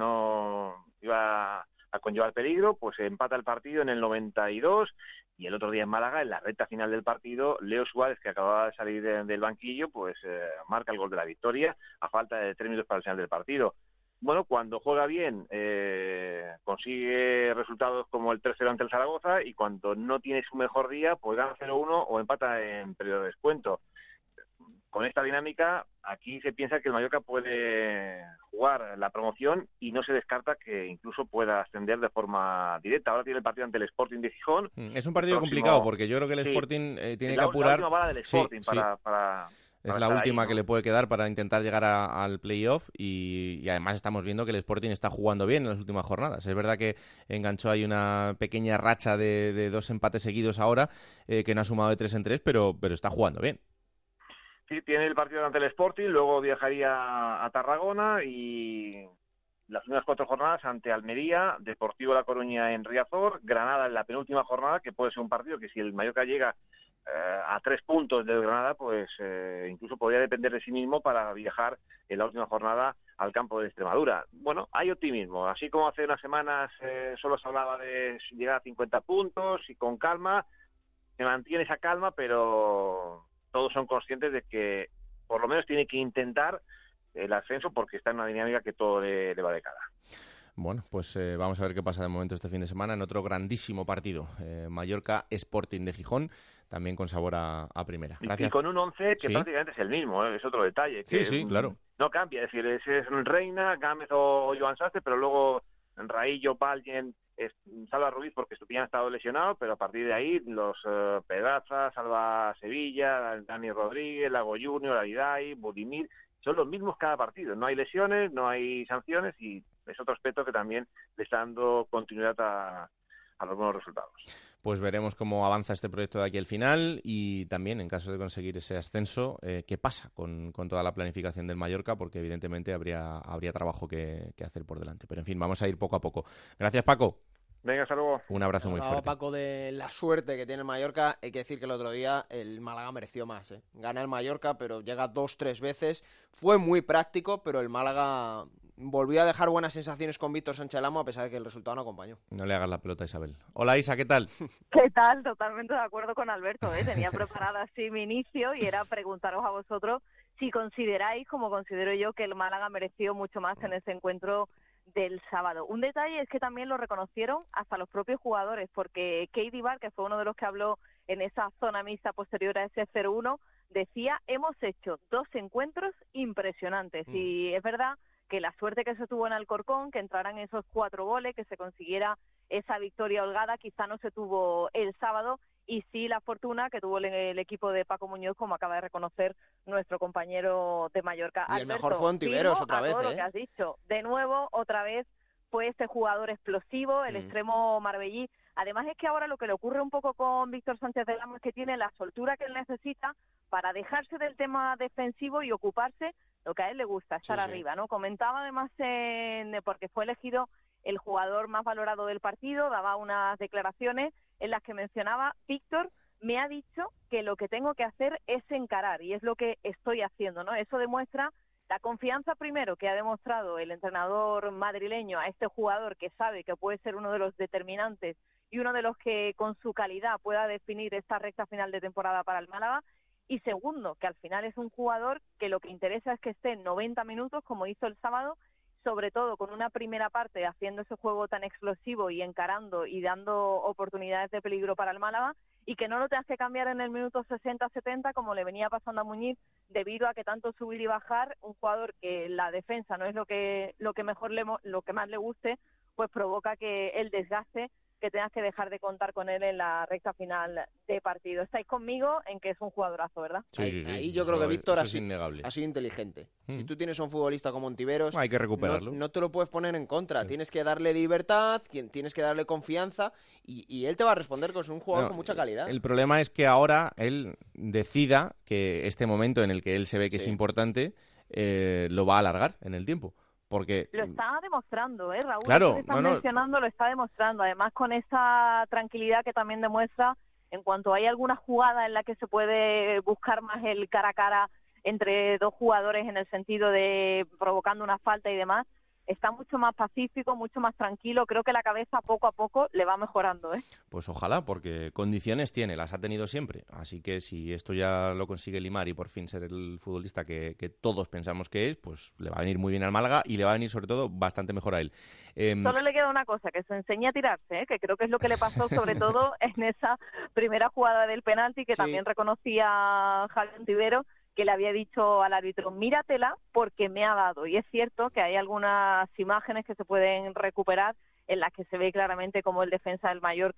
no iba a conllevar peligro, pues empata el partido en el noventa y dos, y el otro día en Málaga, en la recta final del partido, Leo Suárez, que acababa de salir de, del banquillo, pues eh, marca el gol de la victoria a falta de tres minutos para el final del partido. Bueno, cuando juega bien eh, consigue resultados como el tres cero ante el Zaragoza, y cuando no tiene su mejor día, pues gana cero uno o empata en periodo de descuento. Con esta dinámica, aquí se piensa que el Mallorca puede jugar la promoción y no se descarta que incluso pueda ascender de forma directa. Ahora tiene el partido ante el Sporting de Gijón. Es un partido próximo... complicado porque yo creo que el Sporting sí, eh, tiene la, que apurar... La última bala del Sporting sí, para... sí. para... Es la última ahí, ¿no? que le puede quedar para intentar llegar a, al playoff y, y además estamos viendo que el Sporting está jugando bien en las últimas jornadas. Es verdad que enganchó ahí una pequeña racha de, de dos empates seguidos ahora, eh, que no ha sumado de tres en tres, pero, pero está jugando bien. Sí, tiene el partido ante el Sporting, luego viajaría a Tarragona y las unas cuatro jornadas ante Almería, Deportivo La Coruña en Riazor, Granada en la penúltima jornada, que puede ser un partido que si el Mallorca llega eh, a tres puntos del Granada, pues eh, incluso podría depender de sí mismo para viajar en la última jornada al campo de Extremadura. Bueno, hay optimismo, así como hace unas semanas eh, solo se hablaba de llegar a cincuenta puntos y con calma, se mantiene esa calma, pero todos son conscientes de que por lo menos tiene que intentar el ascenso porque está en una dinámica que todo le, le va de cara. Bueno, pues eh, vamos a ver qué pasa de momento este fin de semana en otro grandísimo partido. Eh, Mallorca Sporting de Gijón, también con sabor a, a primera. Gracias. Y con un once que ¿Sí? prácticamente es el mismo, ¿eh? Es otro detalle. Que sí, sí, claro. No cambia, es decir, es, es Reina, Gámez o Joan Sastre, pero luego Raillo, Baljen, Salva Ruiz porque Estupiñán ha estado lesionado, pero a partir de ahí los uh, Pedraza, Salva Sevilla, Dani Rodríguez, Lago Junior, Aridai, Budimir, son los mismos cada partido, no hay lesiones, no hay sanciones y es otro aspecto que también le está dando continuidad a, a los buenos resultados. Pues veremos cómo avanza este proyecto de aquí al final y también, en caso de conseguir ese ascenso, eh, qué pasa con, con toda la planificación del Mallorca, porque evidentemente habría, habría trabajo que, que hacer por delante. Pero en fin, vamos a ir poco a poco. Gracias, Paco. Venga, hasta luego. Un abrazo muy fuerte. Paco, de la suerte que tiene el Mallorca, hay que decir que el otro día el Málaga mereció más, ¿eh? Gana el Mallorca, pero llega dos, tres veces. Fue muy práctico, pero el Málaga volvió a dejar buenas sensaciones con Víctor Sánchez Lamo, a pesar de que el resultado no acompañó. No le hagas la pelota a Isabel. Hola, Isa, ¿qué tal? ¿Qué tal? Totalmente de acuerdo con Alberto, ¿eh? Tenía preparada así mi inicio y era preguntaros a vosotros si consideráis, como considero yo, que el Málaga mereció mucho más en ese encuentro del sábado. Un detalle es que también lo reconocieron hasta los propios jugadores, porque Keidi Bar, que fue uno de los que habló en esa zona mixta posterior a ese cero uno, decía, hemos hecho dos encuentros impresionantes. Mm. Y es verdad que la suerte que se tuvo en Alcorcón, que entraran esos cuatro goles, que se consiguiera esa victoria holgada, quizá no se tuvo el sábado, y sí la fortuna que tuvo el, el equipo de Paco Muñoz, como acaba de reconocer nuestro compañero de Mallorca. Y el Alberto, mejor fue Ontiveros otra vez, todo ¿eh? Lo que has dicho. De nuevo, otra vez, fue este jugador explosivo, el mm. extremo marbellí. Además es que ahora lo que le ocurre un poco con Víctor Sánchez de Lamo es que tiene la soltura que él necesita para dejarse del tema defensivo y ocuparse lo que a él le gusta, estar sí, arriba, sí. ¿no? Comentaba además, en, porque fue elegido el jugador más valorado del partido, daba unas declaraciones en las que mencionaba, Víctor me ha dicho que lo que tengo que hacer es encarar y es lo que estoy haciendo, ¿no? Eso demuestra la confianza primero que ha demostrado el entrenador madrileño a este jugador que sabe que puede ser uno de los determinantes y uno de los que con su calidad pueda definir esta recta final de temporada para el Málaga. Y segundo, que al final es un jugador que lo que interesa es que esté en noventa minutos, como hizo el sábado, sobre todo con una primera parte haciendo ese juego tan explosivo y encarando y dando oportunidades de peligro para el Málaga, y que no lo tengas que cambiar en el minuto sesenta setenta como le venía pasando a Muñiz, debido a que tanto subir y bajar, un jugador que la defensa no es lo que lo que mejor le, lo que más le guste, pues provoca que el desgaste, que tengas que dejar de contar con él en la recta final de partido. Estáis conmigo en que es un jugadorazo, ¿verdad? Sí, ahí, sí, sí. ahí yo eso, creo que Víctor ha, es innegable. ha sido inteligente. Mm. Si tú tienes a un futbolista como Ontiveros, hay que recuperarlo. No, no te lo puedes poner en contra. Sí. Tienes que darle libertad, tienes que darle confianza y, y él te va a responder que es un jugador no, con mucha calidad. El problema es que ahora él decida que este momento en el que él se ve que sí. es importante eh, lo va a alargar en el tiempo. Porque lo está demostrando, ¿eh, Raúl? Claro, lo que estás no, no. mencionando lo está demostrando. Además, con esa tranquilidad que también demuestra en cuanto hay alguna jugada en la que se puede buscar más el cara a cara entre dos jugadores en el sentido de provocando una falta y demás, está mucho más pacífico, mucho más tranquilo. Creo que la cabeza poco a poco le va mejorando, ¿eh? Pues ojalá, porque condiciones tiene, las ha tenido siempre. Así que si esto ya lo consigue limar y por fin ser el futbolista que, que todos pensamos que es, pues le va a venir muy bien al Málaga y le va a venir sobre todo bastante mejor a él. Eh... Solo le queda una cosa, que se enseñe a tirarse, ¿eh? Que creo que es lo que le pasó sobre todo en esa primera jugada del penalti, que sí. También reconocía Javier Ontiveros, que le había dicho al árbitro, míratela porque me ha dado. Y es cierto que hay algunas imágenes que se pueden recuperar en las que se ve claramente como el defensa del Mallorca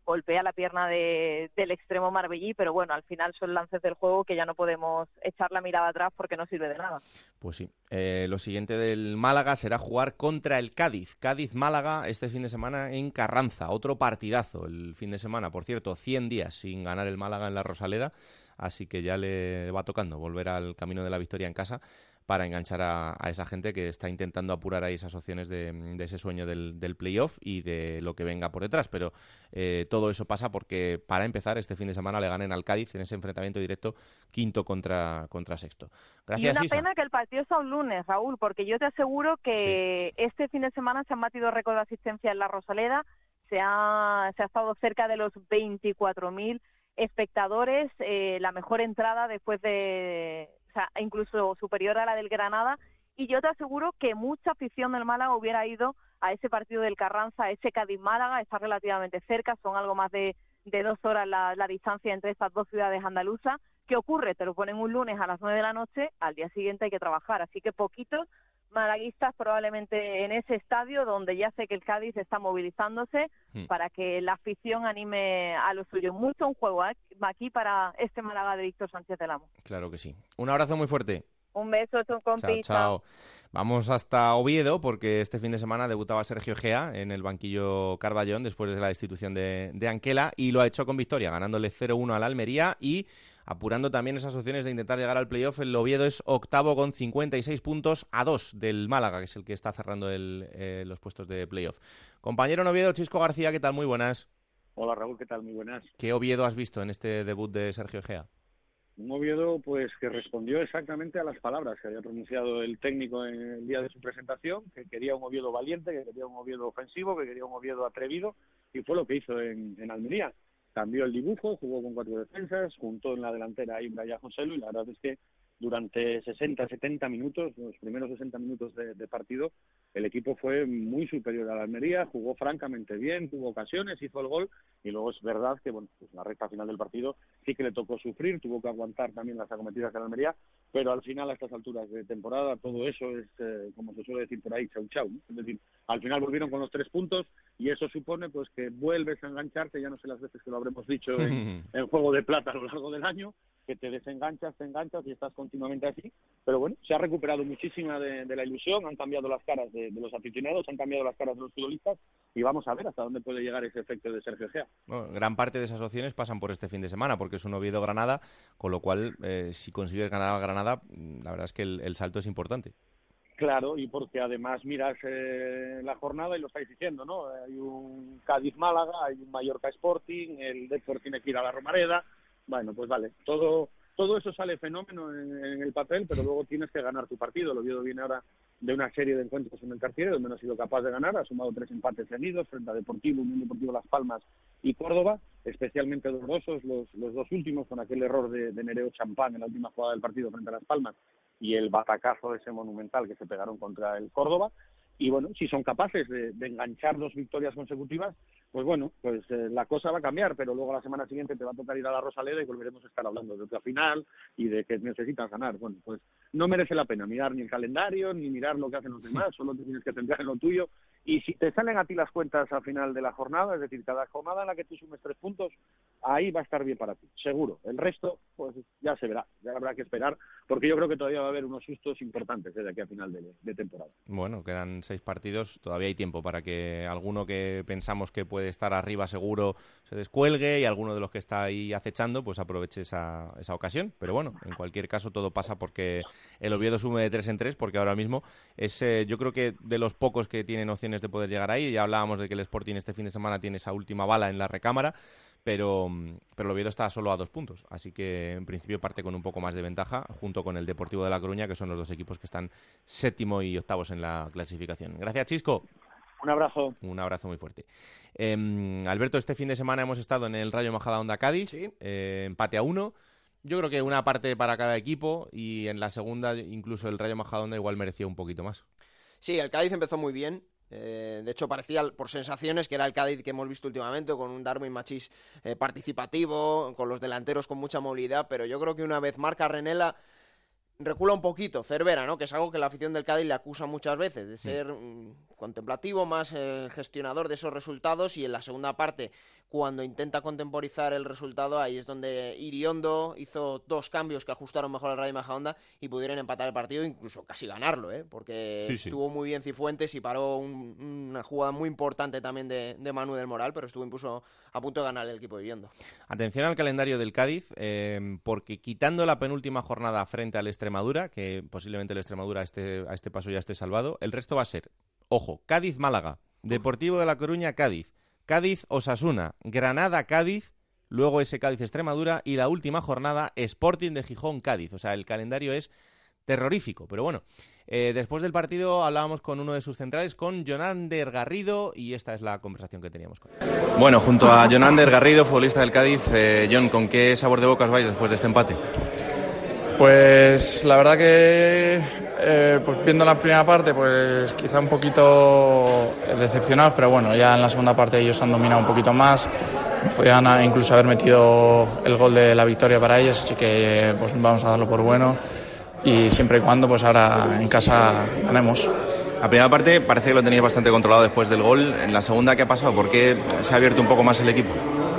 golpea la pierna de, del extremo marbellí, pero bueno, al final son lances del juego que ya no podemos echar la mirada atrás porque no sirve de nada. Pues sí. Eh, lo siguiente del Málaga será jugar contra el Cádiz. Cádiz-Málaga este fin de semana en Carranza. Otro partidazo el fin de semana. Por cierto, cien días sin ganar el Málaga en la Rosaleda, así que ya le va tocando volver al camino de la victoria en casa para enganchar a, a esa gente que está intentando apurar ahí esas opciones de, de ese sueño del, del playoff y de lo que venga por detrás. Pero eh, todo eso pasa porque, para empezar, este fin de semana le ganen al Cádiz en ese enfrentamiento directo quinto contra, contra sexto. Gracias, Y una Isa. pena que el partido sea un lunes, Raúl, porque yo te aseguro que sí. Este fin de semana se han batido récord de asistencia en la Rosaleda, se ha, se ha estado cerca de los veinticuatro mil espectadores, eh, la mejor entrada después de... O sea, incluso superior a la del Granada, y yo te aseguro que mucha afición del Málaga hubiera ido a ese partido del Carranza, a ese Cádiz-Málaga, está relativamente cerca, son algo más de, de dos horas la, la distancia entre estas dos ciudades andaluzas. ¿Qué ocurre? Te lo ponen un lunes a las nueve de la noche, al día siguiente hay que trabajar, así que poquitos malaguistas probablemente en ese estadio, donde ya sé que el Cádiz está movilizándose mm. para que la afición anime a lo suyo. Mucho un juego ¿eh? aquí para este Málaga de Víctor Sánchez del Amo. Claro que sí. Un abrazo muy fuerte. Un beso, un compi. Chao, chao. Vamos hasta Oviedo, porque este fin de semana debutaba Sergio Gea en el banquillo Carballón después de la destitución de, de Anquela, y lo ha hecho con victoria, ganándole cero uno al Almería y apurando también esas opciones de intentar llegar al playoff. El Oviedo es octavo con cincuenta y seis puntos a dos del Málaga, que es el que está cerrando el, eh, los puestos de playoff. Compañero en Oviedo, Chisco García, ¿qué tal? Muy buenas. Hola Raúl, ¿qué tal? Muy buenas. ¿Qué Oviedo has visto en este debut de Sergio Gea? Un Oviedo pues que respondió exactamente a las palabras que había pronunciado el técnico en el día de su presentación, que quería un Oviedo valiente, que quería un Oviedo ofensivo, que quería un Oviedo atrevido, y fue lo que hizo en, en Almería. Cambió el dibujo, jugó con cuatro defensas, juntó en la delantera a Ibra y a Joselu, y la verdad es que durante sesenta, setenta minutos, los primeros sesenta minutos de, de partido, el equipo fue muy superior a la Almería, jugó francamente bien, tuvo ocasiones, hizo el gol, y luego es verdad que bueno, pues la recta final del partido sí que le tocó sufrir, tuvo que aguantar también las acometidas de la Almería, pero al final a estas alturas de temporada todo eso es, eh, como se suele decir por ahí, chau chau, ¿no? Es decir, al final volvieron con los tres puntos, y eso supone pues que vuelves a engancharte, ya no sé las veces que lo habremos dicho en, en Juego de Plata a lo largo del año, que te desenganchas, te enganchas y estás continuamente así, pero bueno, se ha recuperado muchísima de, de la ilusión, han cambiado las caras de, de los aficionados, han cambiado las caras de los futbolistas, y vamos a ver hasta dónde puede llegar ese efecto de Sergio Gea. Bueno, gran parte de esas opciones pasan por este fin de semana, porque es un Oviedo-Granada, con lo cual, eh, si consigues ganar a Granada, la verdad es que el, el salto es importante. Claro, y porque además miras eh, la jornada y lo estáis diciendo, ¿no? Hay un Cádiz-Málaga, hay un Mallorca-Sporting, el Depor tiene que ir a la Romareda. Bueno, pues vale, todo todo eso sale fenómeno en, en el papel, pero luego tienes que ganar tu partido. El Oviedo viene ahora de una serie de encuentros en el Cartier, donde no ha sido capaz de ganar, ha sumado tres empates seguidos frente a Deportivo, Unión Deportivo Las Palmas y Córdoba, especialmente dolorosos los, los dos últimos, con aquel error de, de Nereo Champán en la última jugada del partido frente a Las Palmas y el batacazo ese monumental que se pegaron contra el Córdoba. Y bueno, si son capaces de, de enganchar dos victorias consecutivas, pues bueno, pues eh, la cosa va a cambiar, pero luego la semana siguiente te va a tocar ir a la Rosaleda y volveremos a estar hablando de otra final y de que necesitas ganar. Bueno, pues no merece la pena mirar ni el calendario, ni mirar lo que hacen los demás, solo te tienes que centrar en lo tuyo. Y si te salen a ti las cuentas al final de la jornada, es decir, cada jornada en la que tú sumes tres puntos, ahí va a estar bien para ti, seguro. El resto, pues ya se verá, ya habrá que esperar, porque yo creo que todavía va a haber unos sustos importantes desde aquí a final de, de temporada. Bueno, quedan seis partidos, todavía hay tiempo para que alguno que pensamos que puede estar arriba seguro se descuelgue y alguno de los que está ahí acechando pues aproveche esa, esa ocasión. Pero bueno, en cualquier caso todo pasa porque el Oviedo sume de tres en tres, porque ahora mismo es eh, yo creo que de los pocos que tienen opciones de poder llegar ahí. Ya hablábamos de que el Sporting este fin de semana tiene esa última bala en la recámara, pero, pero el Oviedo está solo a dos puntos, así que en principio parte con un poco más de ventaja junto con el Deportivo de La Coruña, que son los dos equipos que están séptimo y octavos en la clasificación. Gracias, Chisco. Un abrazo. Un abrazo muy fuerte. Eh, Alberto, este fin de semana hemos estado en el Rayo Majadahonda Cádiz, ¿sí? eh, empate a uno. Yo creo que una parte para cada equipo, y en la segunda incluso el Rayo Majadahonda igual merecía un poquito más. Sí, el Cádiz empezó muy bien. Eh, de hecho, parecía, por sensaciones, que era el Cádiz que hemos visto últimamente, con un Darwin Machís eh, participativo, con los delanteros con mucha movilidad, pero yo creo que una vez marca Renela, recula un poquito Cervera, ¿no? Que es algo que la afición del Cádiz le acusa muchas veces, de ser mm, contemplativo, más eh, gestionador de esos resultados, y en la segunda parte, cuando intenta contemporizar el resultado, ahí es donde Iriondo hizo dos cambios que ajustaron mejor al Rayo Majadahonda y pudieron empatar el partido, incluso casi ganarlo, ¿eh? Porque sí, sí. estuvo muy bien Cifuentes y paró un, una jugada muy importante también de, de Manu del Moral, pero estuvo incluso a punto de ganar el equipo de Iriondo. Atención al calendario del Cádiz, eh, porque quitando la penúltima jornada frente al Extremadura, que posiblemente el Extremadura a este, a este paso ya esté salvado, el resto va a ser, ojo, Cádiz-Málaga, Deportivo de La Coruña-Cádiz, Cádiz-Osasuna, Granada-Cádiz, luego ese Cádiz-Extremadura y la última jornada Sporting de Gijón-Cádiz. O sea, el calendario es terrorífico, pero bueno. Eh, después del partido hablábamos con uno de sus centrales, con Jonander Garrido, y esta es la conversación que teníamos con él. Bueno, junto a Jonander Garrido, futbolista del Cádiz, eh, John, ¿con qué sabor de boca os vais después de este empate? Pues la verdad que eh, pues viendo la primera parte, pues quizá un poquito decepcionados, pero bueno, ya en la segunda parte ellos han dominado un poquito más, podían incluso haber metido el gol de la victoria para ellos, así que pues vamos a darlo por bueno y siempre y cuando pues ahora en casa ganemos. La primera parte parece que lo tenéis bastante controlado después del gol. En la segunda, ¿qué ha pasado? ¿Por qué se ha abierto un poco más el equipo?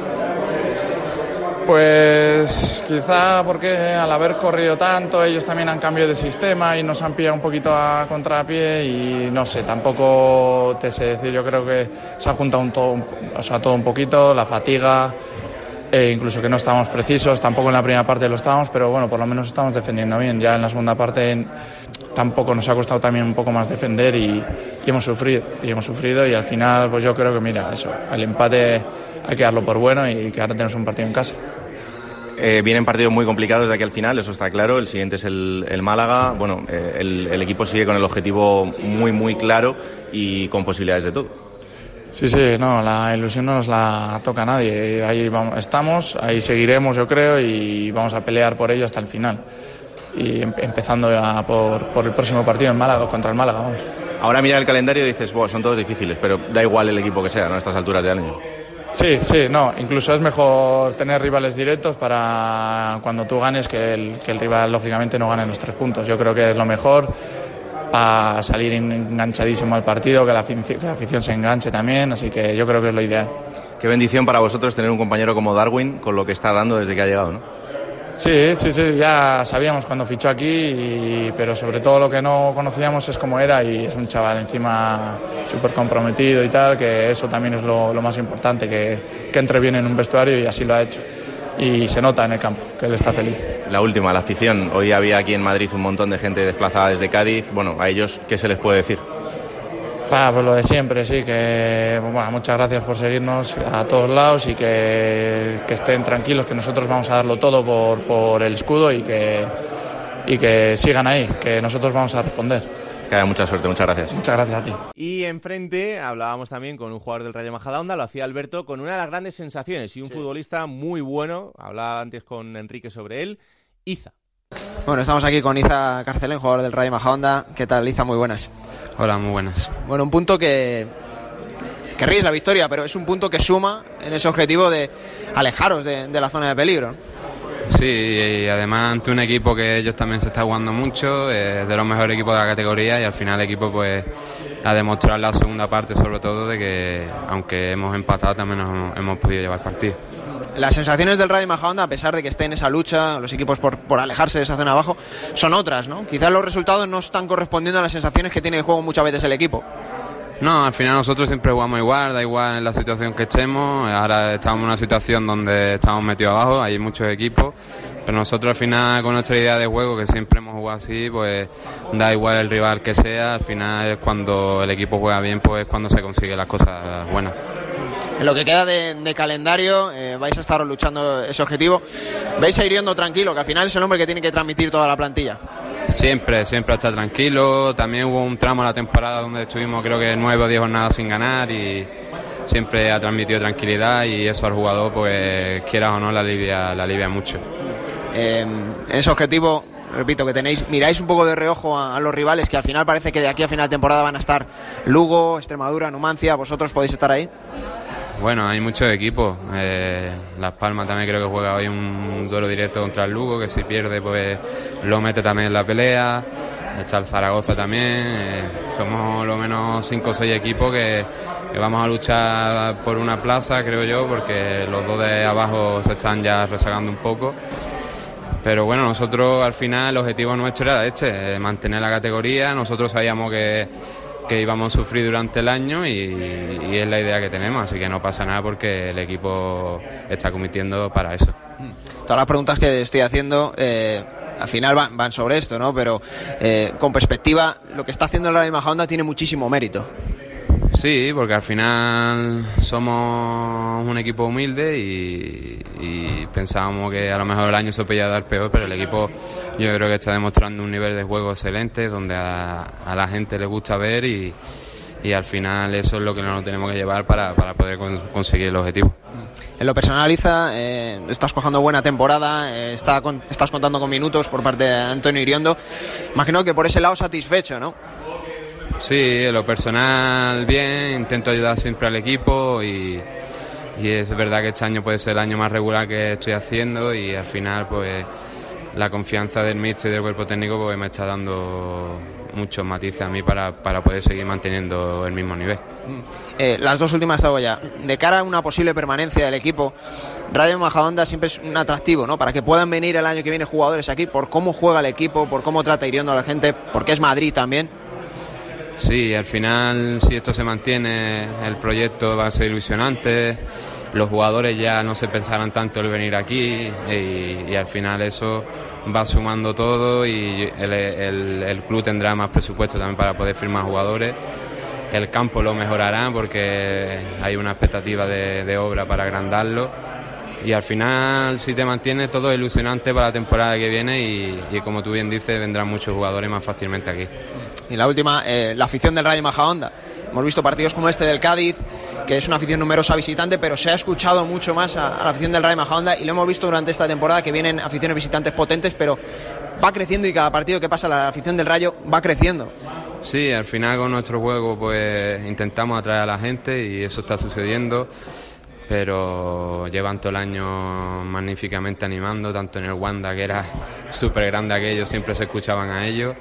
Pues quizá porque al haber corrido tanto ellos también han cambiado de sistema y nos han pillado un poquito a contrapié y no sé, tampoco te sé decir, yo creo que se ha juntado un todo, o sea, todo un poquito, la fatiga, e incluso que no estábamos precisos, tampoco en la primera parte lo estábamos, pero bueno, por lo menos estamos defendiendo bien. Ya en la segunda parte tampoco nos ha costado también un poco más defender y, y hemos sufrido, y hemos sufrido y al final pues yo creo que mira, eso, el empate hay que darlo por bueno y que ahora tenemos un partido en casa. Eh, vienen partidos muy complicados de aquí al final, eso está claro. El siguiente es el, el Málaga. Bueno, eh, el, el equipo sigue con el objetivo muy, muy claro y con posibilidades de todo. Sí, sí, no, la ilusión no nos la toca a nadie. Ahí vamos, estamos, ahí seguiremos, yo creo, y vamos a pelear por ello hasta el final. Y em, empezando a por, por el próximo partido en Málaga, contra el Málaga, vamos. Ahora mira el calendario y dices, wow, son todos difíciles, pero da igual el equipo que sea, ¿no? A estas alturas de año. Sí, sí, no, incluso es mejor tener rivales directos para cuando tú ganes que el, que el rival lógicamente no gane los tres puntos. Yo creo que es lo mejor para salir enganchadísimo al partido, que la, que la afición se enganche también, así que yo creo que es lo ideal. Qué bendición para vosotros tener un compañero como Darwin con lo que está dando desde que ha llegado, ¿no? Sí, sí, sí, ya sabíamos cuando fichó aquí, y, pero sobre todo lo que no conocíamos es cómo era y es un chaval encima súper comprometido y tal, que eso también es lo, lo más importante, que, que entre bien en un vestuario y así lo ha hecho. Y se nota en el campo que él está feliz. La última, la afición. Hoy había aquí en Madrid un montón de gente desplazada desde Cádiz. Bueno, a ellos, ¿qué se les puede decir? Ah, pues lo de siempre, sí, que bueno, muchas gracias por seguirnos a todos lados y que, que estén tranquilos, que nosotros vamos a darlo todo por, por el escudo y que, y que sigan ahí, que nosotros vamos a responder. Que haya mucha suerte, muchas gracias. Muchas gracias a ti. Y enfrente hablábamos también con un jugador del Rayo Majadahonda, lo hacía Alberto, con una de las grandes sensaciones y un sí. futbolista muy bueno, hablaba antes con Enrique sobre él, Iza. Bueno, estamos aquí con Iza Carcelén, jugador del Rayo Majadahonda. ¿Qué tal, Iza? Muy buenas. Hola, muy buenas. Bueno, un punto que querríais la victoria, pero es un punto que suma en ese objetivo de alejaros de, de la zona de peligro. Sí, y además ante un equipo que ellos también se está jugando mucho, es de los mejores equipos de la categoría y al final el equipo pues ha demostrado en la segunda parte sobre todo de que aunque hemos empatado también nos hemos podido llevar el partido. Las sensaciones del Rayo Majadahonda, a pesar de que esté en esa lucha, los equipos por, por alejarse de esa zona abajo, son otras, ¿no? Quizás los resultados no están correspondiendo a las sensaciones que tiene el juego muchas veces el equipo. No, al final nosotros siempre jugamos igual, da igual en la situación que estemos. Ahora estamos en una situación donde estamos metidos abajo, hay muchos equipos, pero nosotros al final con nuestra idea de juego, que siempre hemos jugado así, pues da igual el rival que sea, al final es cuando el equipo juega bien, pues es cuando se consigue las cosas buenas. En lo que queda de, de calendario, eh, vais a estar luchando ese objetivo. ¿Vais a ir yendo tranquilo, que al final es el hombre que tiene que transmitir toda la plantilla? Siempre, siempre a estar tranquilo. También hubo un tramo de la temporada donde estuvimos creo que nueve o diez jornadas sin ganar y siempre ha transmitido tranquilidad y eso al jugador, pues quieras o no, la alivia, la alivia mucho. Eh, en ese objetivo, repito, que tenéis, miráis un poco de reojo a, a los rivales, que al final parece que de aquí a final de temporada van a estar Lugo, Extremadura, Numancia. ¿Vosotros podéis estar ahí? Bueno, hay muchos equipos. Eh, Las Palmas también creo que juega hoy un duelo directo contra el Lugo, que si pierde pues lo mete también en la pelea. Está el Zaragoza también. Eh, somos lo menos cinco o seis equipos que, que vamos a luchar por una plaza, creo yo, porque los dos de abajo se están ya rezagando un poco. Pero bueno, nosotros al final el objetivo nuestro era este, mantener la categoría. Nosotros sabíamos que, que íbamos a sufrir durante el año y, y es la idea que tenemos, así que no pasa nada porque el equipo está compitiendo para eso. Todas las preguntas que estoy haciendo eh, al final van, van sobre esto, ¿no? Pero eh, con perspectiva, lo que está haciendo el Rayo Majadahonda tiene muchísimo mérito. Sí, porque al final somos un equipo humilde y, y pensábamos que a lo mejor el año se podía dar peor, pero el equipo yo creo que está demostrando un nivel de juego excelente donde a, a la gente le gusta ver y, y al final eso es lo que nos tenemos que llevar para, para poder con, conseguir el objetivo. En lo personal, Iza, eh, estás cojando buena temporada, eh, está con, estás contando con minutos por parte de Antonio Iriondo. Imagino que por ese lado satisfecho, ¿no? Sí, en lo personal bien, intento ayudar siempre al equipo y, y es verdad que este año puede ser el año más regular que estoy haciendo y al final pues la confianza del míster y del cuerpo técnico pues me está dando muchos matices a mí para, para poder seguir manteniendo el mismo nivel. Eh, las dos últimas hago ya. De cara a una posible permanencia del equipo, Rayo Majadahonda siempre es un atractivo, ¿no? Para que puedan venir el año que viene jugadores aquí por cómo juega el equipo, por cómo trata Iriondo a la gente, porque es Madrid también. Sí, al final si esto se mantiene el proyecto va a ser ilusionante, los jugadores ya no se pensarán tanto el venir aquí y, y al final eso va sumando todo y el, el, el club tendrá más presupuesto también para poder firmar jugadores, el campo lo mejorará porque hay una expectativa de, de obra para agrandarlo y al final si te mantienes todo es ilusionante para la temporada que viene y, y como tú bien dices vendrán muchos jugadores más fácilmente aquí. Y la última, eh, la afición del Rayo Majadahonda. Hemos visto partidos como este del Cádiz, que es una afición numerosa visitante, pero se ha escuchado mucho más a, a la afición del Rayo Majadahonda y lo hemos visto durante esta temporada que vienen aficiones visitantes potentes, pero va creciendo y cada partido que pasa la afición del Rayo va creciendo. Sí, al final con nuestro juego pues intentamos atraer a la gente y eso está sucediendo, pero llevan todo el año magníficamente animando, tanto en el Wanda, que era súper grande aquello, siempre se escuchaban a ellos.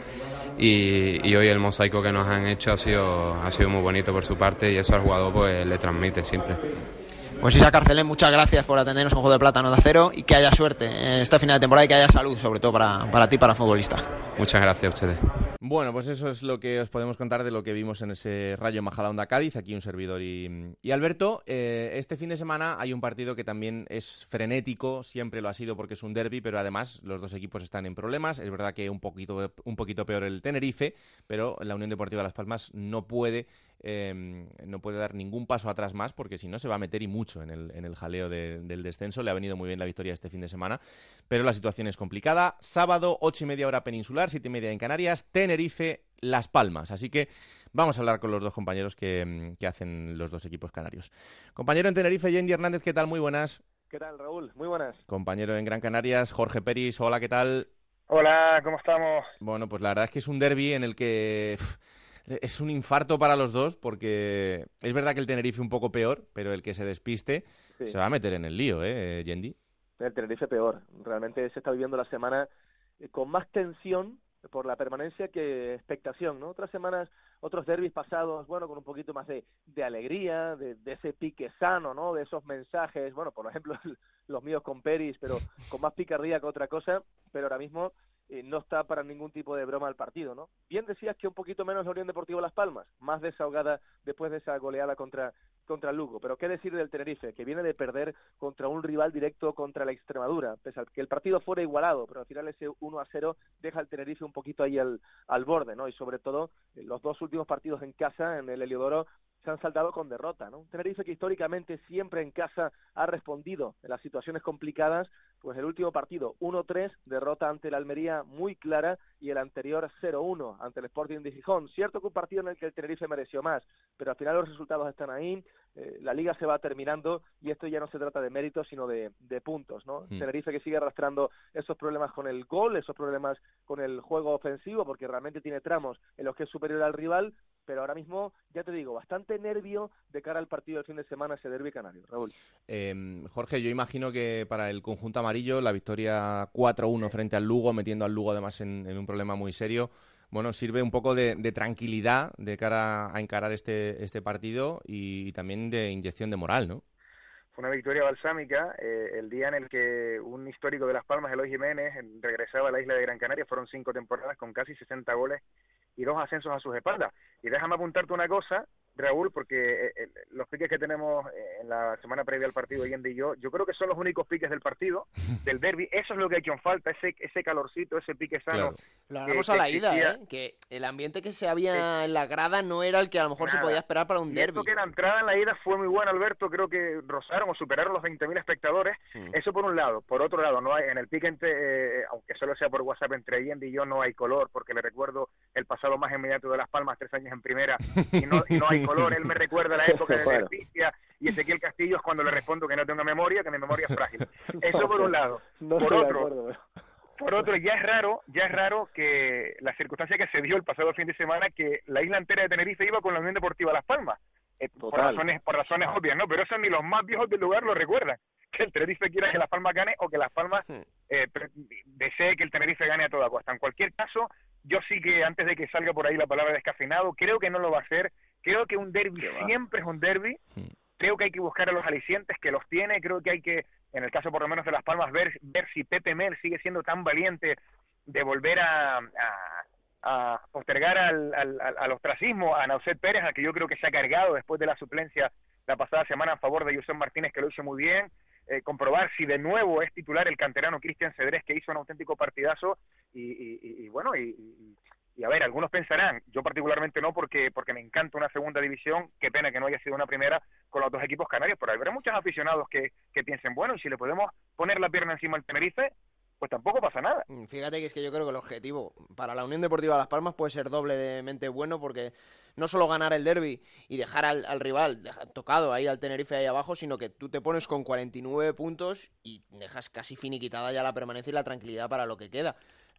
Y, y hoy el mosaico que nos han hecho ha sido ha sido muy bonito por su parte y eso al jugador pues le transmite siempre. Pues Isa Carcelén, muchas gracias por atendernos en Juego de Plata en Onda Cero y que haya suerte en esta final de temporada y que haya salud, sobre todo para, para ti, para futbolista. Muchas gracias a ustedes. Bueno, pues eso es lo que os podemos contar de lo que vimos en ese Rayo Majadahonda Cádiz, aquí un servidor y, y Alberto. Eh, este fin de semana hay un partido que también es frenético, siempre lo ha sido porque es un derbi, pero además los dos equipos están en problemas. Es verdad que un poquito, un poquito peor el Tenerife, pero la Unión Deportiva Las Palmas no puede Eh, no puede dar ningún paso atrás más porque si no se va a meter y mucho en el, en el jaleo de, del descenso. Le ha venido muy bien la victoria este fin de semana, pero la situación es complicada. Sábado, ocho y media hora peninsular, siete y media en Canarias, Tenerife, Las Palmas. Así que vamos a hablar con los dos compañeros que, que hacen los dos equipos canarios. Compañero en Tenerife, Yendi Hernández, ¿qué tal? Muy buenas. ¿Qué tal, Raúl? Muy buenas. Compañero en Gran Canarias, Jorge Peris, hola, ¿qué tal? Hola, ¿cómo estamos? Bueno, pues la verdad es que es un derbi en el que Uf, es un infarto para los dos porque es verdad que el Tenerife un poco peor, pero el que se despiste sí. se va a meter en el lío, ¿eh, Yendi? El Tenerife peor. Realmente se está viviendo la semana con más tensión por la permanencia que expectación, ¿no? Otras semanas, otros derbis pasados, bueno, con un poquito más de, de alegría, de, de ese pique sano, ¿no? De esos mensajes, bueno, por ejemplo, los míos con Peris, pero con más picardía que otra cosa, pero ahora mismo eh, no está para ningún tipo de broma el partido, ¿no? Bien decías que un poquito menos la Unión Deportiva Las Palmas, más desahogada después de esa goleada contra contra el Lugo, pero qué decir del Tenerife, que viene de perder contra un rival directo contra la Extremadura, pese a que el partido fuera igualado, pero al final ese uno a cero deja al Tenerife un poquito ahí al, al borde, ¿no? Y sobre todo, los dos últimos partidos en casa, en el Heliodoro, se han saltado con derrota, ¿no? Tenerife que históricamente siempre en casa ha respondido en las situaciones complicadas, pues el último partido uno tres, derrota ante el Almería muy clara, y el anterior cero uno ante el Sporting de Gijón. Cierto que un partido en el que el Tenerife mereció más, pero al final los resultados están ahí, eh, la liga se va terminando y esto ya no se trata de méritos sino de, de puntos, ¿no? Mm. Tenerife que sigue arrastrando esos problemas con el gol, esos problemas con el juego ofensivo, porque realmente tiene tramos en los que es superior al rival, pero ahora mismo, ya te digo, bastante nervio de cara al partido del fin de semana, ese derbi canario. Raúl. Eh, Jorge, yo imagino que para el conjunto amarillo la victoria cuatro uno frente al Lugo, metiendo al Lugo además en, en un problema muy serio, bueno, sirve un poco de, de tranquilidad de cara a encarar este, este partido y, y también de inyección de moral, ¿no? Fue una victoria balsámica, eh, el día en el que un histórico de Las Palmas, Eloy Jiménez, regresaba a la isla de Gran Canaria. Fueron cinco temporadas con casi sesenta goles y dos ascensos a sus espaldas. Y déjame apuntarte una cosa, Raúl, porque eh, los piques que tenemos en la semana previa al partido, Yendi y yo, yo creo que son los únicos piques del partido, del derbi. Eso es lo que ha hecho en falta, ese ese calorcito, ese pique sano. Claro. Lo hablamos a la ida, ¿eh? Que el ambiente que se había en la grada no era el que a lo mejor Nada. se podía esperar para un y derbi. Esto que la entrada en la ida fue muy buena, Alberto. Creo que rozaron o superaron los veinte mil espectadores. Mm. Eso por un lado. Por otro lado, no hay en el pique, entre, eh, aunque solo sea por WhatsApp, entre Yendi y yo no hay color, porque le recuerdo el pasado más inmediato de Las Palmas, tres años en primera, y no, y no hay color. Él me recuerda de la época de bueno. Nervicia y Ezequiel Castillo es cuando le respondo que no tengo memoria, que mi memoria es frágil. Eso por un lado. No por otro, acuerdo, por otro, ya es raro, ya es raro que la circunstancia que se dio el pasado fin de semana, que la isla entera de Tenerife iba con la Unión Deportiva Las Palmas, eh, por razones, por razones obvias, ¿no? Pero eso ni los más viejos del lugar lo recuerdan, que el Tenerife quiera que Las Palmas gane o que Las Palmas eh, desee que el Tenerife gane a toda costa. En cualquier caso, yo sí que antes de que salga por ahí la palabra descafeinado, creo que no lo va a hacer. Creo que un derbi siempre es un derbi. Creo que hay que buscar a los alicientes, que los tiene. Creo que hay que, en el caso por lo menos de Las Palmas, ver, ver si Pepe Mel sigue siendo tan valiente de volver a, a, a postergar al, al, al ostracismo a Nauset Pérez, a que yo creo que se ha cargado después de la suplencia la pasada semana a favor de José Martínez, que lo hizo muy bien. Eh, comprobar si de nuevo es titular el canterano Cristian Cedrés, que hizo un auténtico partidazo. Y, y, y, y bueno, y, y Y a ver, algunos pensarán, yo particularmente no, porque porque me encanta una segunda división, qué pena que no haya sido una primera con los dos equipos canarios, pero habrá muchos aficionados que, que piensen, bueno, y si le podemos poner la pierna encima al Tenerife, pues tampoco pasa nada. Fíjate que es que yo creo que el objetivo para la Unión Deportiva Las Palmas puede ser doblemente bueno, porque no solo ganar el derbi y dejar al, al rival dejar tocado ahí al Tenerife ahí abajo, sino que tú te pones con cuarenta y nueve puntos y dejas casi finiquitada ya la permanencia y la tranquilidad para lo que queda.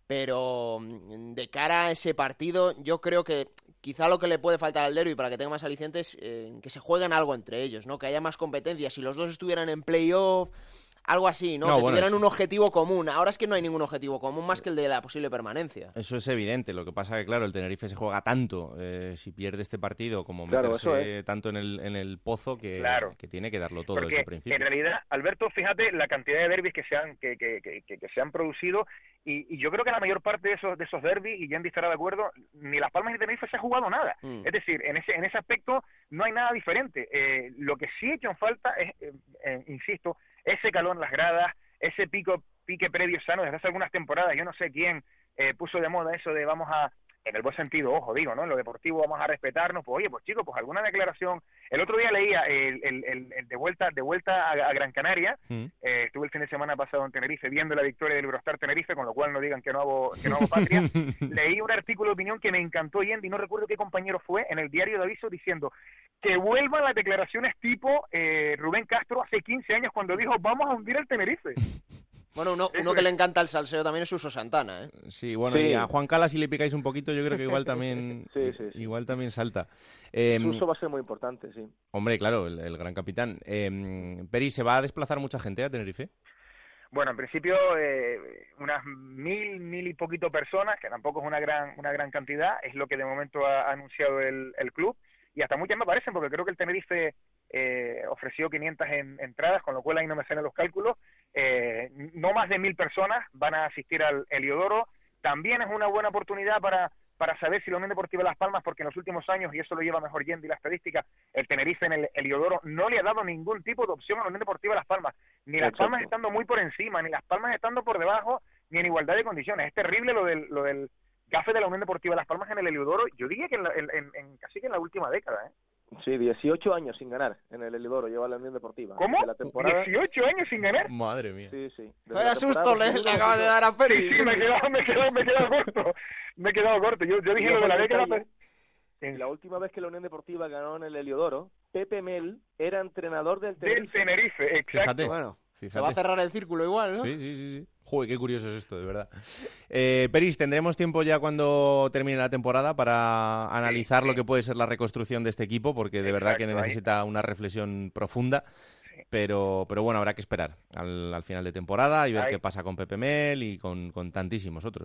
Pero de cara a ese partido, yo creo que quizá lo que le puede faltar al derbi para que tenga más alicientes, eh, que se jueguen algo entre ellos, ¿no? Que haya más competencia. Si los dos estuvieran en playoff, algo así, ¿no? no que bueno, tuvieran es... un objetivo común. Ahora es que no hay ningún objetivo común más que el de la posible permanencia. Eso es evidente. Lo que pasa que, claro, el Tenerife se juega tanto eh, si pierde este partido como claro, meterse tanto en el, en el pozo que, claro. que tiene que darlo todo Porque desde el principio. En realidad, Alberto, fíjate la cantidad de derbis que se han que, que, que, que, que se han producido y, y yo creo que la mayor parte de esos de esos derbis, y Yendi estará de acuerdo, ni Las Palmas ni Tenerife se ha jugado nada. Mm. Es decir, en ese en ese aspecto no hay nada diferente. Eh, lo que sí he hecho en falta es, eh, eh, insisto, ese calor en las gradas, ese pico pique previo sano desde hace algunas temporadas. Yo no sé quién eh, puso de moda eso de vamos a, en el buen sentido, ojo, digo, ¿no? En lo deportivo vamos a respetarnos. Pues oye, pues chicos, pues alguna declaración. El otro día leía el, el, el, el de vuelta de vuelta a, a Gran Canaria. Mm. Eh, estuve el fin de semana pasado en Tenerife viendo la victoria del Eurostar Tenerife, con lo cual no digan que no hago, que no hago patria. Leí un artículo de opinión que me encantó, Yendi, no recuerdo qué compañero fue, en el diario de Aviso, diciendo que vuelvan las declaraciones tipo eh, Rubén Castro hace quince años cuando dijo vamos a hundir el Tenerife. Bueno, uno, uno que le encanta el salseo también es Suso Santana, ¿eh? Sí, bueno, sí. Y a Juan Cala si le picáis un poquito, yo creo que igual también sí, sí, sí. igual también salta. Eh, Suso va a ser muy importante, sí. Hombre, claro, el, el gran capitán. Eh, Peri, ¿se va a desplazar mucha gente a Tenerife? Bueno, en principio eh, unas mil, mil y poquito personas, que tampoco es una gran una gran cantidad, es lo que de momento ha anunciado el, el club. Y hasta muchas me parecen, porque creo que el Tenerife eh, ofreció quinientas en, entradas, con lo cual ahí no me salen los cálculos. Eh, no más de mil personas van a asistir al Heliodoro. También es una buena oportunidad para, para saber si la Unión Deportiva Las Palmas, porque en los últimos años, y eso lo lleva mejor Yendi la estadística, el Tenerife en el Heliodoro no le ha dado ningún tipo de opción a la Unión Deportiva Las Palmas. Ni Las Exacto. Palmas estando muy por encima, ni Las Palmas estando por debajo, ni en igualdad de condiciones. Es terrible lo del... Lo del gafe de la Unión Deportiva Las Palmas en el Heliodoro, yo diría que en, la, en, en, en casi que en la última década, ¿eh? Sí, dieciocho años sin ganar en el Heliodoro lleva la Unión Deportiva. ¿Cómo? De la temporada... ¿dieciocho años sin ganar? Madre mía. Sí, sí. Vaya susto le, le acaba de dar a Peri. Sí, sí, me he quedado, me he quedado, me he quedado corto. Me he quedado corto. Yo, yo dije lo de la década, pero... En la última vez que la Unión Deportiva ganó en el Heliodoro, Pepe Mel era entrenador del Tenerife. Del Tenerife, exacto. Fíjate. Bueno. Fíjate. Se va a cerrar el círculo igual, ¿no? Sí, sí, sí, sí. Joder, qué curioso es esto, de verdad. Eh, Peris, ¿tendremos tiempo ya cuando termine la temporada para analizar sí, sí. lo que puede ser la reconstrucción de este equipo? Porque de Exacto, verdad que necesita ahí. una reflexión profunda. Sí. Pero, pero bueno, habrá que esperar al, al final de temporada y ver ahí. qué pasa con Pepe Mel y con, con tantísimos otros.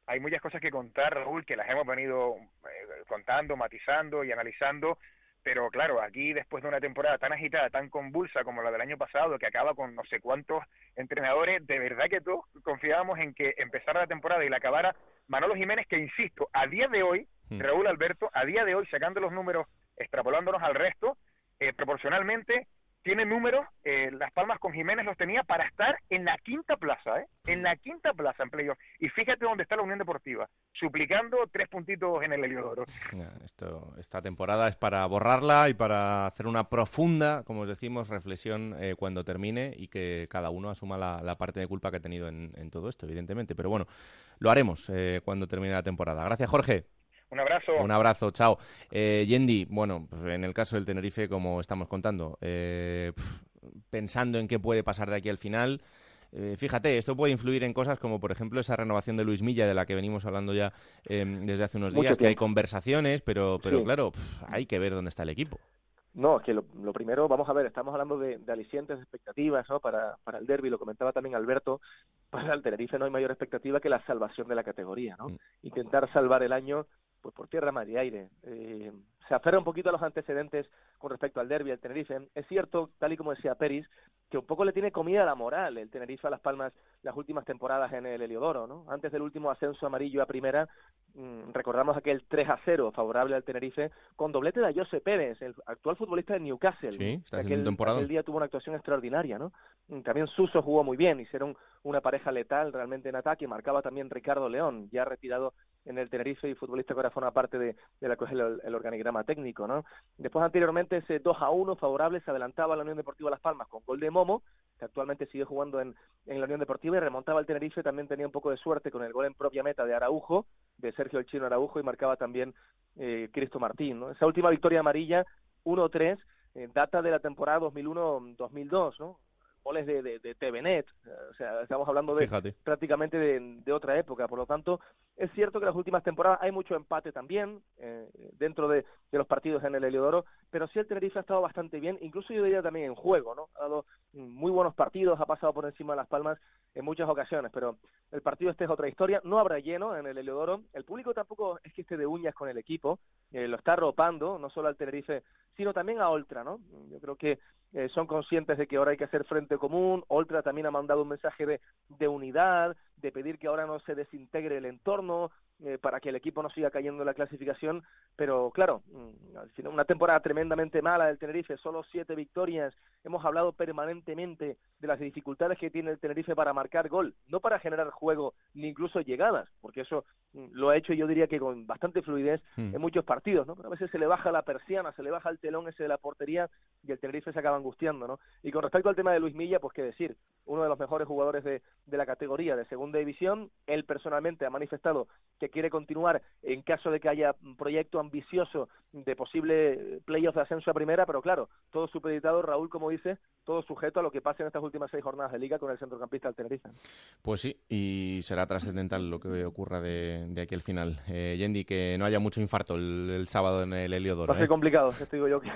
hay muchas cosas que contar, Raúl, que las hemos venido eh, contando, matizando y analizando, pero claro, aquí después de una temporada tan agitada, tan convulsa como la del año pasado, que acaba con no sé cuántos entrenadores, de verdad que todos confiábamos en que empezara la temporada y la acabara Manolo Jiménez, que insisto, a día de hoy, mm. Raúl Alberto, a día de hoy, sacando los números, extrapolándonos al resto, eh, proporcionalmente, tiene números, eh, Las Palmas con Jiménez los tenía para estar en la quinta plaza, ¿eh? En la quinta plaza en playoff. Y fíjate dónde está la Unión Deportiva, suplicando tres puntitos en el Heliodoro. Esto, esta temporada es para borrarla y para hacer una profunda, como os decimos, reflexión eh, cuando termine y que cada uno asuma la, la parte de culpa que ha tenido en, en todo esto, evidentemente. Pero bueno, lo haremos eh, cuando termine la temporada. Gracias, Jorge. Un abrazo. Un abrazo, chao. Eh, Yendi, bueno, pues en el caso del Tenerife, como estamos contando, eh, pensando en qué puede pasar de aquí al final, eh, fíjate, esto puede influir en cosas como, por ejemplo, esa renovación de Luis Milla, de la que venimos hablando ya eh, desde hace unos días, Mucho que hay conversaciones, pero, pero sí. claro, pff, hay que ver dónde está el equipo. No, es que lo, lo primero, vamos a ver, estamos hablando de, de alicientes, de expectativas, ¿no? Para, para el derbi, lo comentaba también Alberto, para el Tenerife no hay mayor expectativa que la salvación de la categoría, ¿no? Mm. Intentar salvar el año pues por tierra, mar y aire. Eh, se aferra un poquito a los antecedentes con respecto al derbi, al Tenerife. Es cierto, tal y como decía Peris, que un poco le tiene comida la moral el Tenerife a Las Palmas las últimas temporadas en el Heliodoro, ¿no? Antes del último ascenso amarillo a primera, mmm, recordamos aquel tres a cero favorable al Tenerife, con doblete de Jose Pérez, el actual futbolista de Newcastle. Sí, está aquel, haciendo temporada. Aquel día tuvo una actuación extraordinaria, ¿no? También Suso jugó muy bien, hicieron una pareja letal realmente en ataque, marcaba también Ricardo León, ya retirado en el Tenerife y futbolista que ahora forma parte de, de la que es el, el organigrama técnico, ¿no? Después, anteriormente, ese dos a uno favorable se adelantaba a la Unión Deportiva Las Palmas con gol de Momo, que actualmente sigue jugando en, en la Unión Deportiva, y remontaba el Tenerife, también tenía un poco de suerte con el gol en propia meta de Araujo, de Sergio el Chino Araujo, y marcaba también eh, Cristo Martín, ¿no? Esa última victoria amarilla, uno tres, eh, data de la temporada dos mil uno dos mil dos, ¿no? Goles de, de, de T V Net, o sea, estamos hablando de Fíjate. prácticamente de, de otra época, por lo tanto, es cierto que las últimas temporadas hay mucho empate también, eh, dentro de, de los partidos en el Heliodoro, pero sí el Tenerife ha estado bastante bien, incluso yo diría también en juego, ¿no? Ha dado muy buenos partidos, ha pasado por encima de Las Palmas en muchas ocasiones, pero el partido este es otra historia, no habrá lleno en el Heliodoro, el público tampoco es que esté de uñas con el equipo, eh, lo está arropando, no solo al Tenerife, sino también a Oltra, ¿no? Yo creo que eh, son conscientes de que ahora hay que hacer frente común. Oltra también ha mandado un mensaje de, de unidad, de pedir que ahora no se desintegre el entorno, eh, para que el equipo no siga cayendo en la clasificación, pero claro, al final una temporada tremendamente mala del Tenerife, solo siete victorias, hemos hablado permanentemente de las dificultades que tiene el Tenerife para marcar gol, no para generar juego ni incluso llegadas, porque eso lo ha hecho yo diría que con bastante fluidez mm. en muchos partidos, ¿no? Pero a veces se le baja la persiana, se le baja el telón ese de la portería y el Tenerife se acaba angustiando, ¿no? Y con respecto al tema de Luis Milla, pues qué decir, uno de los mejores jugadores de, de la categoría de segunda división, él personalmente ha manifestado que quiere continuar en caso de que haya un proyecto ambicioso de posible playoff de ascenso a primera, pero claro, todo supeditado, Raúl, como dice, todo sujeto a lo que pase en estas últimas seis jornadas de Liga con el centrocampista del Tenerife. Pues sí, y será trascendental lo que ocurra de, de aquí al final. Eh, Yendi, que no haya mucho infarto el, el sábado en el Heliodoro. Va a ser ¿eh? complicado, esto digo yo que...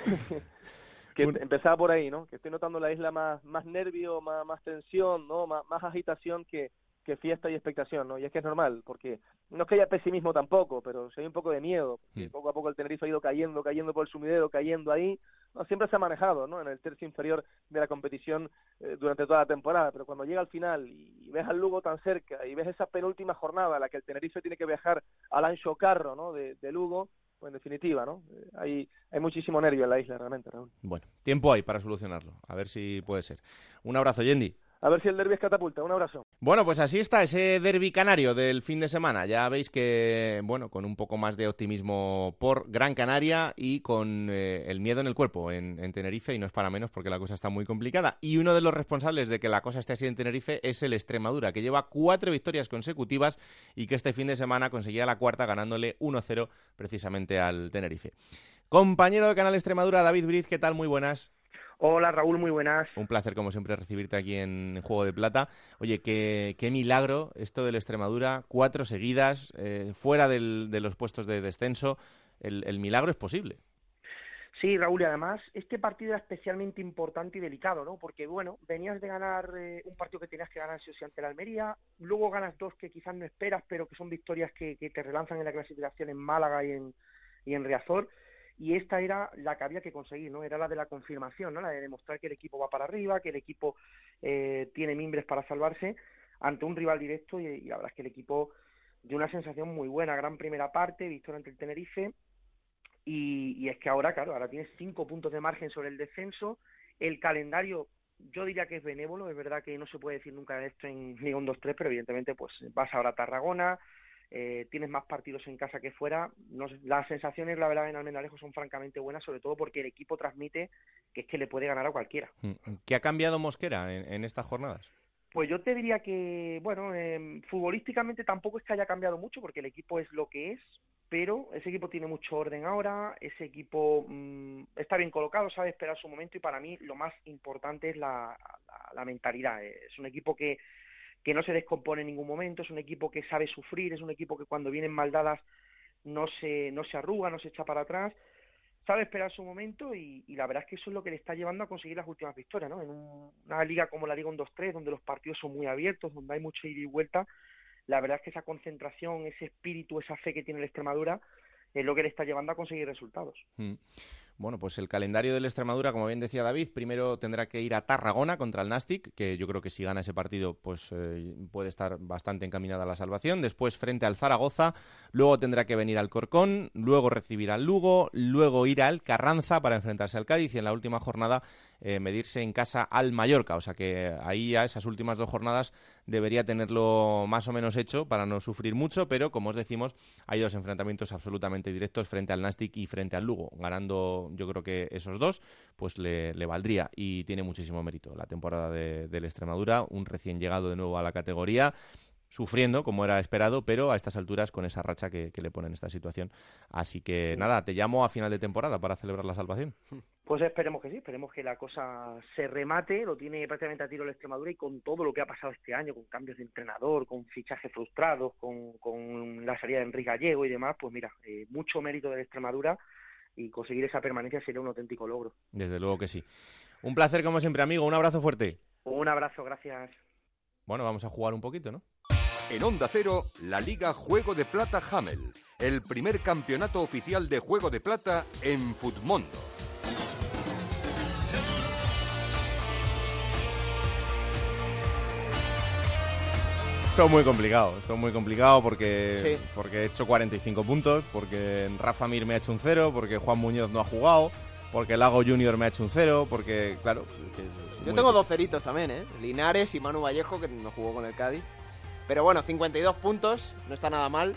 que empezaba por ahí, ¿no? Que estoy notando la isla más más nervio, más, más tensión, ¿no? Más, más agitación que, que fiesta y expectación, ¿no? Y es que es normal, porque no es que haya pesimismo tampoco, pero sí hay un poco de miedo, porque mm. poco a poco el Tenerife ha ido cayendo, cayendo por el sumidero, cayendo ahí, no, siempre se ha manejado, ¿no? En el tercio inferior de la competición eh, durante toda la temporada, pero cuando llega al final y, y ves al Lugo tan cerca, y ves esa penúltima jornada en la que el Tenerife tiene que viajar al Ancho Carro, ¿no? De, de Lugo, pues en definitiva, ¿no? Eh, hay, hay muchísimo nervio en la isla, realmente, Raúl. Bueno, tiempo hay para solucionarlo, a ver si puede ser. Un abrazo, Yendi. A ver si el derbi es catapulta. Un abrazo. Bueno, pues así está ese derbi canario del fin de semana. Ya veis que, bueno, con un poco más de optimismo por Gran Canaria y con eh, el miedo en el cuerpo en, en Tenerife, y no es para menos porque la cosa está muy complicada. Y uno de los responsables de que la cosa esté así en Tenerife es el Extremadura, que lleva cuatro victorias consecutivas y que este fin de semana conseguía la cuarta ganándole uno cero precisamente al Tenerife. Compañero de Canal Extremadura, David Briz, ¿qué tal? Muy buenas. Hola Raúl, muy buenas. Un placer como siempre recibirte aquí en Juego de Plata. Oye, qué, qué milagro esto del Extremadura, cuatro seguidas, eh, fuera del, de los puestos de descenso, el, el milagro es posible. Sí, Raúl, y además este partido era especialmente importante y delicado, ¿no? Porque, bueno, venías de ganar eh, un partido que tenías que ganar sí o sí ante la Almería, luego ganas dos que quizás no esperas, pero que son victorias que, que te relanzan en la clasificación en Málaga y en, y en Riazor, y esta era la que había que conseguir, ¿no? Era la de la confirmación, ¿no? La de demostrar que el equipo va para arriba, que el equipo eh, tiene mimbres para salvarse ante un rival directo, y, y la verdad es que el equipo dio una sensación muy buena, gran primera parte, victoria ante el Tenerife. Y, y es que ahora, claro, ahora tienes cinco puntos de margen sobre el descenso. El calendario, yo diría que es benévolo. Es verdad que no se puede decir nunca de esto en Liga uno dos tres, pero evidentemente pues vas ahora a Tarragona, eh, tienes más partidos en casa que fuera. No sé, las sensaciones, la verdad, en Almendralejo son francamente buenas, sobre todo porque el equipo transmite que es que le puede ganar a cualquiera. ¿Qué ha cambiado Mosquera en, en estas jornadas? Pues yo te diría que, bueno, eh, futbolísticamente tampoco es que haya cambiado mucho, porque el equipo es lo que es, pero ese equipo tiene mucho orden ahora, ese equipo mmm, está bien colocado, sabe esperar su momento, y para mí lo más importante es la, la, la mentalidad. Es un equipo que, que no se descompone en ningún momento, es un equipo que sabe sufrir, es un equipo que cuando vienen mal dadas no se, no se arruga, no se echa para atrás, sabe esperar su momento, y, y la verdad es que eso es lo que le está llevando a conseguir las últimas victorias, ¿no? En un, una liga como la Liga uno dos tres, donde los partidos son muy abiertos, donde hay mucha ida y vuelta, la verdad es que esa concentración, ese espíritu, esa fe que tiene el Extremadura es lo que le está llevando a conseguir resultados. Mm. Bueno, pues el calendario del Extremadura, como bien decía David, primero tendrá que ir a Tarragona contra el Nàstic, que yo creo que si gana ese partido pues eh, puede estar bastante encaminada a la salvación. Después frente al Zaragoza, luego tendrá que venir al Corcón, luego recibir al Lugo, luego ir al Carranza para enfrentarse al Cádiz, y en la última jornada eh, medirse en casa al Mallorca. O sea que ahí ya esas últimas dos jornadas debería tenerlo más o menos hecho para no sufrir mucho, pero como os decimos, hay dos enfrentamientos absolutamente directos frente al Nàstic y frente al Lugo. Ganando yo creo que esos dos pues le, le valdría, y tiene muchísimo mérito la temporada de, del Extremadura, un recién llegado de nuevo a la categoría, sufriendo como era esperado, pero a estas alturas con esa racha que, que le pone en esta situación. Así que nada, te llamo a final de temporada para celebrar la salvación. Pues esperemos que sí, esperemos que la cosa se remate, lo tiene prácticamente a tiro el Extremadura, y con todo lo que ha pasado este año, con cambios de entrenador, con fichajes frustrados, con, con la salida de Enrique Gallego y demás, pues mira, eh, mucho mérito del Extremadura, y conseguir esa permanencia sería un auténtico logro. Desde luego que sí. Un placer como siempre, amigo, un abrazo fuerte. Un abrazo, gracias. Bueno, vamos a jugar un poquito, ¿no? En Onda Cero, la Liga Juego de Plata Hamel, el primer campeonato oficial de Juego de Plata en Futmundo. Esto es muy complicado, esto es muy complicado porque, sí. porque he hecho cuarenta y cinco puntos, porque Rafa Mir me ha hecho un cero, porque Juan Muñoz no ha jugado, porque Lago Junior me ha hecho un cero, porque, claro... Que Yo tengo dos ceritos también, ¿eh? Linares y Manu Vallejo, que no jugó con el Cádiz. Pero bueno, cincuenta y dos puntos, no está nada mal,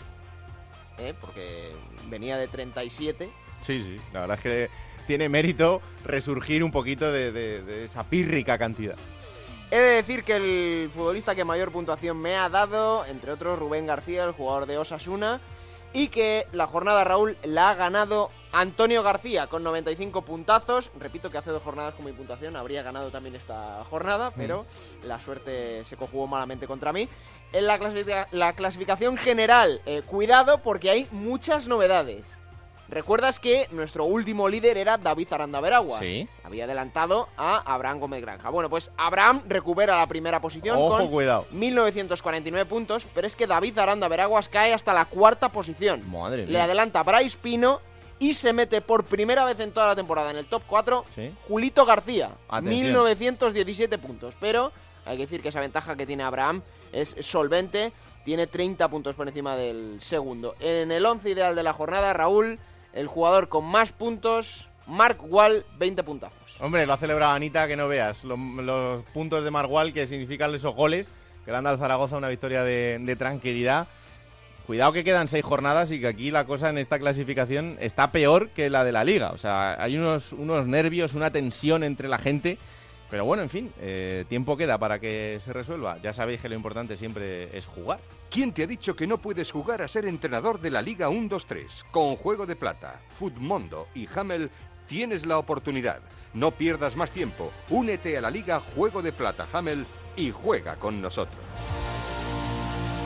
¿eh? Porque venía de treinta y siete. Sí, sí, la verdad es que tiene mérito resurgir un poquito de, de, de esa pírrica cantidad. He de decir que el futbolista que mayor puntuación me ha dado, entre otros, Rubén García, el jugador de Osasuna, y que la jornada, Raúl, la ha ganado Antonio García con noventa y cinco puntazos. Repito que hace dos jornadas con mi puntuación habría ganado también esta jornada, pero mm. la suerte se conjugó malamente contra mí. En la, clasific- la clasificación general, eh, cuidado porque hay muchas novedades. ¿Recuerdas que nuestro último líder era David Aranda Veraguas? Sí. Había adelantado a Abraham Gómez Granja. Bueno, pues Abraham recupera la primera posición. Ojo, con cuidado. mil novecientos cuarenta y nueve puntos, pero es que David Aranda Veraguas cae hasta la cuarta posición. Madre mía. Le adelanta Bryce Pino y se mete por primera vez en toda la temporada en el top cuatro, ¿sí? Julito García, Atención. mil novecientos diecisiete puntos. Pero hay que decir que esa ventaja que tiene Abraham es solvente, tiene treinta puntos por encima del segundo. En el once ideal de la jornada, Raúl, el jugador con más puntos, Marc Wall, veinte puntazos. Hombre, lo ha celebrado Anita, que no veas. Los, los puntos de Marc Wall que significan esos goles, que le han dado al Zaragoza una victoria de, de tranquilidad. Cuidado que quedan seis jornadas y que aquí la cosa en esta clasificación está peor que la de la Liga. O sea, hay unos, unos nervios, una tensión entre la gente. Pero bueno, en fin, eh, tiempo queda para que se resuelva. Ya sabéis que lo importante siempre es jugar. ¿Quién te ha dicho que no puedes jugar a ser entrenador de la Liga uno dos tres? Con Juego de Plata, Futmundo y Hamel tienes la oportunidad. No pierdas más tiempo. Únete a la Liga Juego de Plata Hamel y juega con nosotros.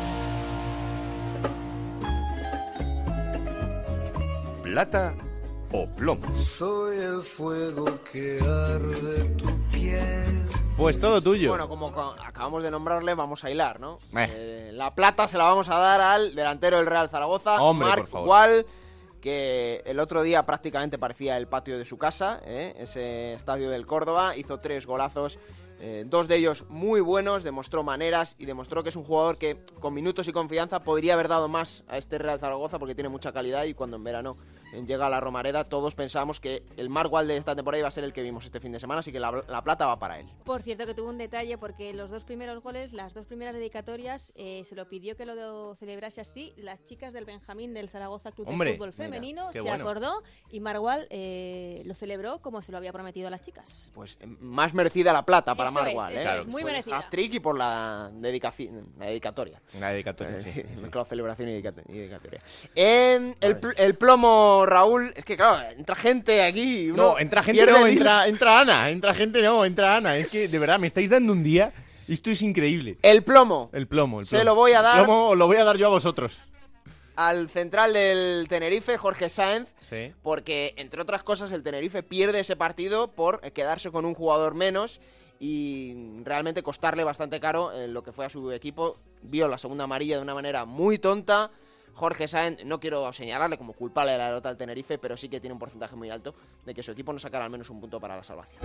Plata o plomo. Soy el fuego que arde tu piel. Pues todo tuyo. Bueno, como acabamos de nombrarle, vamos a hilar, ¿no? Eh. Eh, la plata se la vamos a dar al delantero del Real Zaragoza, Hombre, Marc por favor. Gual, que el otro día prácticamente parecía el patio de su casa, ¿eh? Ese estadio del Córdoba, hizo tres golazos. Eh, dos de ellos muy buenos, demostró maneras y demostró que es un jugador que con minutos y confianza podría haber dado más a este Real Zaragoza porque tiene mucha calidad y cuando en verano llega a la Romareda todos pensábamos que el Marc Gual de esta temporada iba a ser el que vimos este fin de semana, así que la, la plata va para él. Por cierto que tuvo un detalle porque los dos primeros goles, las dos primeras dedicatorias, eh, se lo pidió que lo celebrase así las chicas del Benjamín del Zaragoza Club Hombre, de Fútbol Femenino, mira, se bueno. acordó y Marc Gual eh, lo celebró como se lo había prometido a las chicas. Pues eh, más merecida la plata para Eso Marc es, Gual, eso ¿eh? es, muy Por el merecida. hat-trick y por la, dedicación, la dedicatoria. La dedicatoria, Eh, sí. sí, sí. me he mezclado celebración y dedicato- y dedicatoria. Eh, el, pl- el plomo, Raúl, es que claro, entra gente aquí. uno No, entra gente, pierde no, el hilo. entra, entra Ana. Entra gente, no, entra Ana. Es que, de verdad, me estáis dando un día. Esto es increíble. El plomo. El plomo, el Se plomo. lo voy a dar- El plomo lo voy a dar yo a vosotros. Al central del Tenerife, Jorge Sáenz, Sí. porque, entre otras cosas, el Tenerife pierde ese partido por quedarse con un jugador menos y realmente costarle bastante caro en lo que fue a su equipo. Vio la segunda amarilla de una manera muy tonta. Jorge Sáenz, no quiero señalarle como culpable de la derrota del Tenerife, pero sí que tiene un porcentaje muy alto de que su equipo no sacara al menos un punto para la salvación.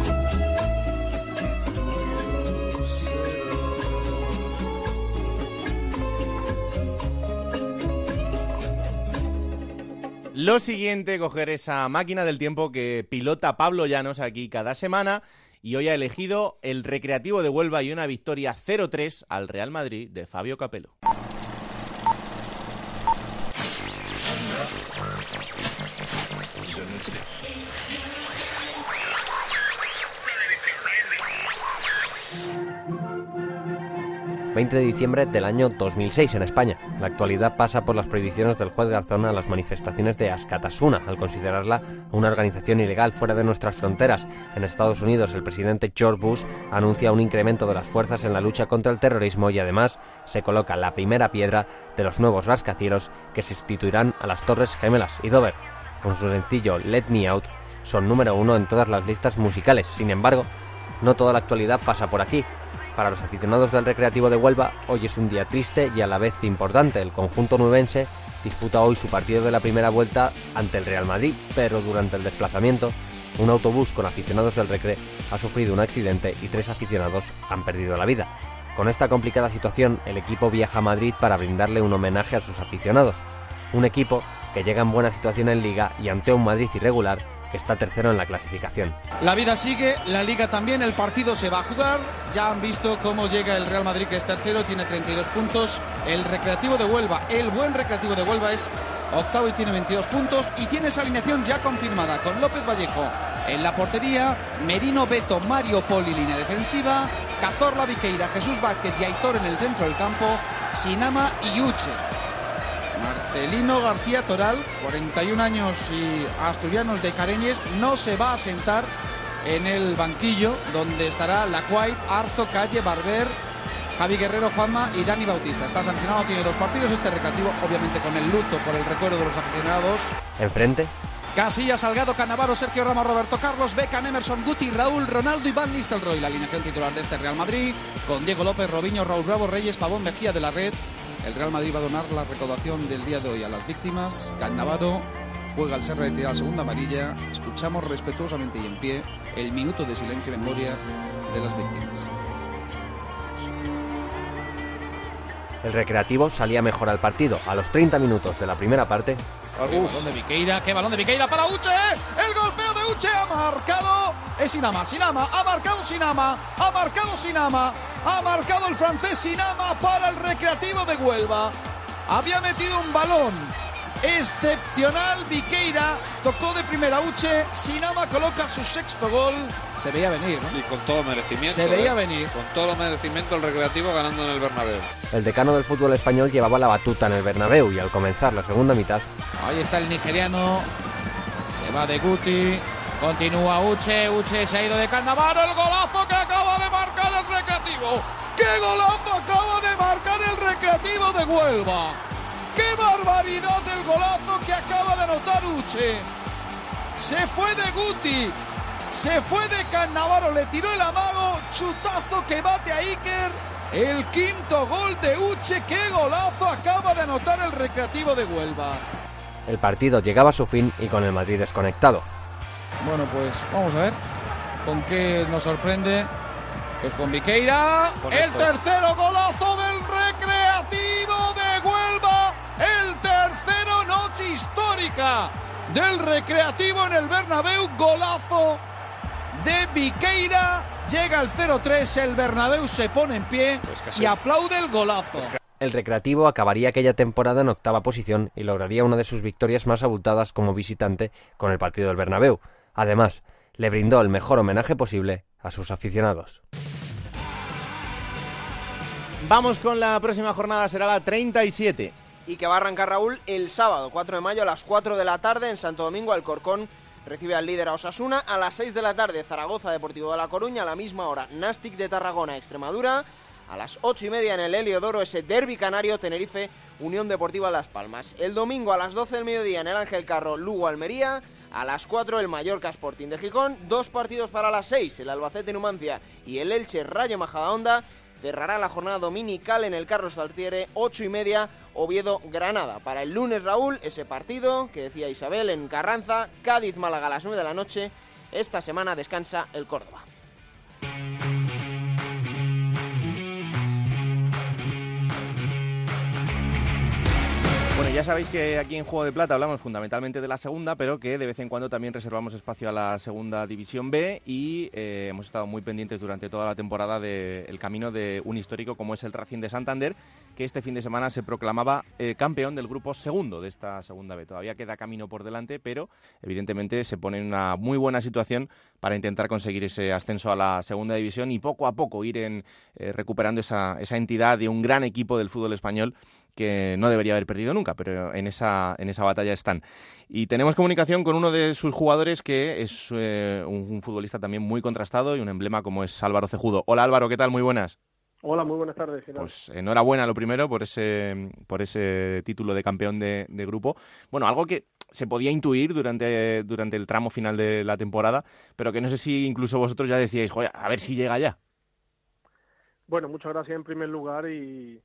Lo siguiente, coger esa máquina del tiempo que pilota Pablo Llanos aquí cada semana y hoy ha elegido el Recreativo de Huelva y una victoria cero tres al Real Madrid de Fabio Capello. veinte de diciembre del año dos mil seis en España. La actualidad pasa por las prohibiciones del juez Garzón a las manifestaciones de Askatasuna, al considerarla una organización ilegal fuera de nuestras fronteras. En Estados Unidos, el presidente George Bush anuncia un incremento de las fuerzas en la lucha contra el terrorismo y además se coloca la primera piedra de los nuevos rascacielos que sustituirán a las Torres Gemelas y Dover. Con su sencillo Let Me Out, son número uno en todas las listas musicales. Sin embargo, no toda la actualidad pasa por aquí. Para los aficionados del Recreativo de Huelva, hoy es un día triste y a la vez importante. El conjunto nubense disputa hoy su partido de la primera vuelta ante el Real Madrid, pero durante el desplazamiento, un autobús con aficionados del Recre ha sufrido un accidente y tres aficionados han perdido la vida. Con esta complicada situación, el equipo viaja a Madrid para brindarle un homenaje a sus aficionados. Un equipo que llega en buena situación en Liga y ante un Madrid irregular que está tercero en la clasificación. La vida sigue, la Liga también, el partido se va a jugar. Ya han visto cómo llega el Real Madrid, que es tercero, tiene treinta y dos puntos. El Recreativo de Huelva, el buen Recreativo de Huelva, es octavo y tiene veintidós puntos. Y tiene esa alineación ya confirmada, con López Vallejo en la portería, Merino, Beto, Mario Poli, línea defensiva, Cazorla, Viqueira, Jesús Vázquez y Aitor en el centro del campo, Sinama y Uche. Marcelino García Toral, cuarenta y un años y asturianos de Careñes, no se va a sentar en el banquillo donde estará Lacuait, Arzo, Calle, Barber, Javi Guerrero, Juanma y Dani Bautista. Está sancionado, tiene dos partidos este Recreativo, obviamente con el luto por el recuerdo de los aficionados. Enfrente, Casillas, Salgado, Cannavaro, Sergio Ramos, Roberto Carlos, Beckham, Emerson, Guti, Raúl, Ronaldo y Van Nistelrooy. La alineación titular de este Real Madrid, con Diego López, Robinho, Raúl Bravo, Reyes, Pavón, Mejía de la Red. El Real Madrid va a donar la recaudación del día de hoy a las víctimas. Cannavaro juega al ser retirada la segunda amarilla. Escuchamos respetuosamente y en pie el minuto de silencio y memoria de las víctimas. el Recreativo salía mejor al partido. A los treinta minutos de la primera parte... Qué balón de Viqueira, qué balón de Viqueira para Uche. El golpeo de Uche ha marcado. Es Sinama, Sinama, ha marcado Sinama, ha marcado Sinama, ha marcado el francés Sinama para el Recreativo de Huelva. Había metido un balón excepcional Viqueira, tocó de primera Uche, Sinama coloca su sexto gol. Se veía venir, ¿no? Y con todo merecimiento. Se veía ¿eh? venir. Con todo merecimiento el Recreativo ganando en el Bernabéu. El decano del fútbol español llevaba la batuta en el Bernabéu y al comenzar la segunda mitad... Ahí está el nigeriano, se va de Guti, continúa Uche, Uche se ha ido de Cannavaro, el golazo que acaba de marcar el Recreativo. ¡Qué golazo acaba de marcar el Recreativo de Huelva! ¡Qué barbaridad el golazo que acaba de anotar Uche! se fue de Guti, se fue de Cannavaro, le tiró el amago, chutazo que bate a Iker, el quinto gol de Uche, qué golazo acaba de anotar el Recreativo de Huelva. El partido llegaba a su fin y con el Madrid desconectado. Bueno, pues vamos a ver con qué nos sorprende. Pues con Viqueira, con el tercero golazo del Recreativo de Huelva, el tercero, noche histórica del Recreativo en el Bernabéu, golazo de Viqueira, llega al cero tres, el Bernabéu se pone en pie y aplaude el golazo. El Recreativo acabaría aquella temporada en octava posición y lograría una de sus victorias más abultadas como visitante con el partido del Bernabéu. Además, le brindó el mejor homenaje posible a sus aficionados. Vamos con la próxima jornada, será la treinta y siete. Y que va a arrancar, Raúl, el sábado, cuatro de mayo, a las cuatro de la tarde en Santo Domingo. Alcorcón recibe al líder a Osasuna. A las seis de la tarde, Zaragoza Deportivo de La Coruña. A la misma hora, Nastic de Tarragona, Extremadura. A las ocho y media en el Heliodoro, ese derbi canario, Tenerife, Unión Deportiva Las Palmas. El domingo a las doce del mediodía en el Ángel Carro, Lugo Almería. A las cuatro el Mallorca Sporting de Gijón. Dos partidos para las seis, el Albacete Numancia y el Elche Rayo Majadahonda. Cerrará la jornada dominical en el Carlos Tartiere, ocho y media, Oviedo Granada. Para el lunes, Raúl, ese partido que decía Isabel en Carranza, Cádiz Málaga a las nueve de la noche. Esta semana descansa el Córdoba. Bueno, ya sabéis que aquí en Juego de Plata hablamos fundamentalmente de la segunda, pero que de vez en cuando también reservamos espacio a la segunda división B y eh, hemos estado muy pendientes durante toda la temporada del camino de un histórico como es el Racing de Santander, que este fin de semana se proclamaba eh, campeón del grupo segundo de esta segunda B. Todavía queda camino por delante, pero evidentemente se pone en una muy buena situación para intentar conseguir ese ascenso a la segunda división y poco a poco ir en, eh, recuperando esa, esa entidad de un gran equipo del fútbol español que no debería haber perdido nunca, pero en esa, en esa batalla están. Y tenemos comunicación con uno de sus jugadores que es eh, un, un futbolista también muy contrastado y un emblema como es Álvaro Cejudo. Hola Álvaro, ¿qué tal? Muy buenas. Hola, muy buenas tardes. Final. Pues enhorabuena lo primero por ese, por ese título de campeón de, de grupo. Bueno, algo que se podía intuir durante, durante el tramo final de la temporada, pero que no sé si incluso vosotros ya decíais, joder, a ver si llega ya. Bueno, muchas gracias en primer lugar y...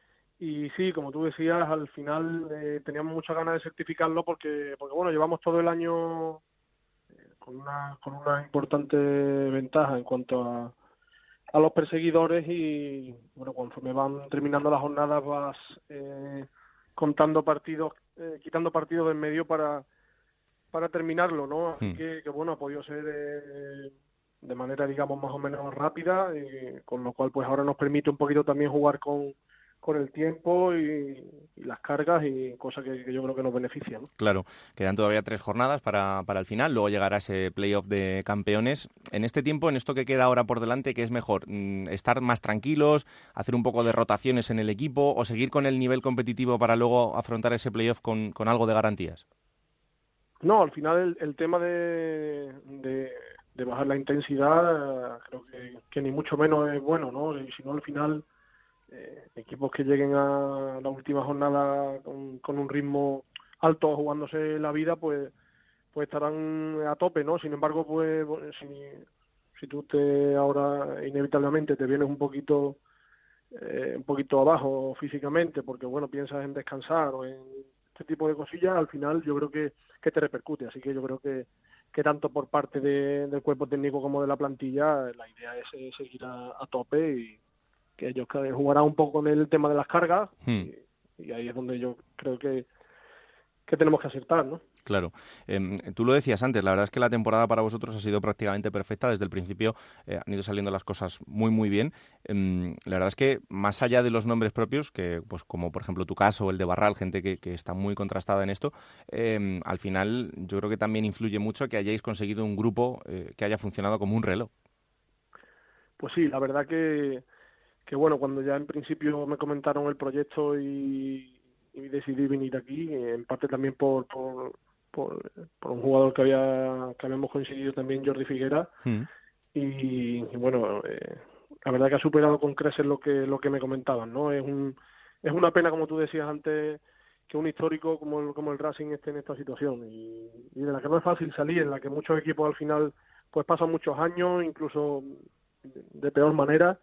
Y sí, como tú decías, al final eh, teníamos muchas ganas de certificarlo porque, porque bueno, llevamos todo el año eh, con una con una importante ventaja en cuanto a, a los perseguidores y, bueno, conforme van terminando las jornadas vas eh, contando partidos, eh, quitando partidos del medio para para terminarlo, ¿no? Así hmm. que, que, bueno, ha podido ser eh, de manera, digamos, más o menos rápida, eh, con lo cual, pues ahora nos permite un poquito también jugar con con el tiempo y, y las cargas y cosas que, que yo creo que nos benefician, ¿no? Claro, quedan todavía tres jornadas para, para el final, luego llegará ese playoff de campeones. En este tiempo, en esto que queda ahora por delante, ¿qué es mejor? ¿Estar más tranquilos, hacer un poco de rotaciones en el equipo o seguir con el nivel competitivo para luego afrontar ese playoff con, con algo de garantías? No, al final el, el tema de, de, de bajar la intensidad creo que, que ni mucho menos es bueno, ¿no? Y si no, al final... Eh, equipos que lleguen a la última jornada con, con un ritmo alto jugándose la vida pues pues estarán a tope, ¿no? Sin embargo, pues si, si tú te ahora inevitablemente te vienes un poquito eh, un poquito abajo físicamente porque bueno piensas en descansar o en este tipo de cosillas, al final yo creo que, que te repercute, así que yo creo que que tanto por parte de, del cuerpo técnico como de la plantilla la idea es, es seguir a, a tope y que ellos jugarán un poco con el tema de las cargas hmm. y, y ahí es donde yo creo que, que tenemos que acertar, ¿no? Claro. Eh, tú lo decías antes, la verdad es que la temporada para vosotros ha sido prácticamente perfecta. Desde el principio eh, han ido saliendo las cosas muy, muy bien. Eh, la verdad es que más allá de los nombres propios, que pues como por ejemplo tu caso o el de Barral, gente que, que está muy contrastada en esto, eh, al final yo creo que también influye mucho que hayáis conseguido un grupo eh, que haya funcionado como un reloj. Pues sí, la verdad que que bueno, cuando ya en principio me comentaron el proyecto y, y decidí venir aquí, en parte también por por, por, por un jugador que había que habíamos conseguido también, Jordi Figuera, mm. y, y bueno, eh, la verdad que ha superado con creces lo que lo que me comentaban, ¿no? Es un es una pena, como tú decías antes, que un histórico como el, como el Racing esté en esta situación y, y de la que no es fácil salir, en la que muchos equipos al final pues pasan muchos años, incluso de peor manera.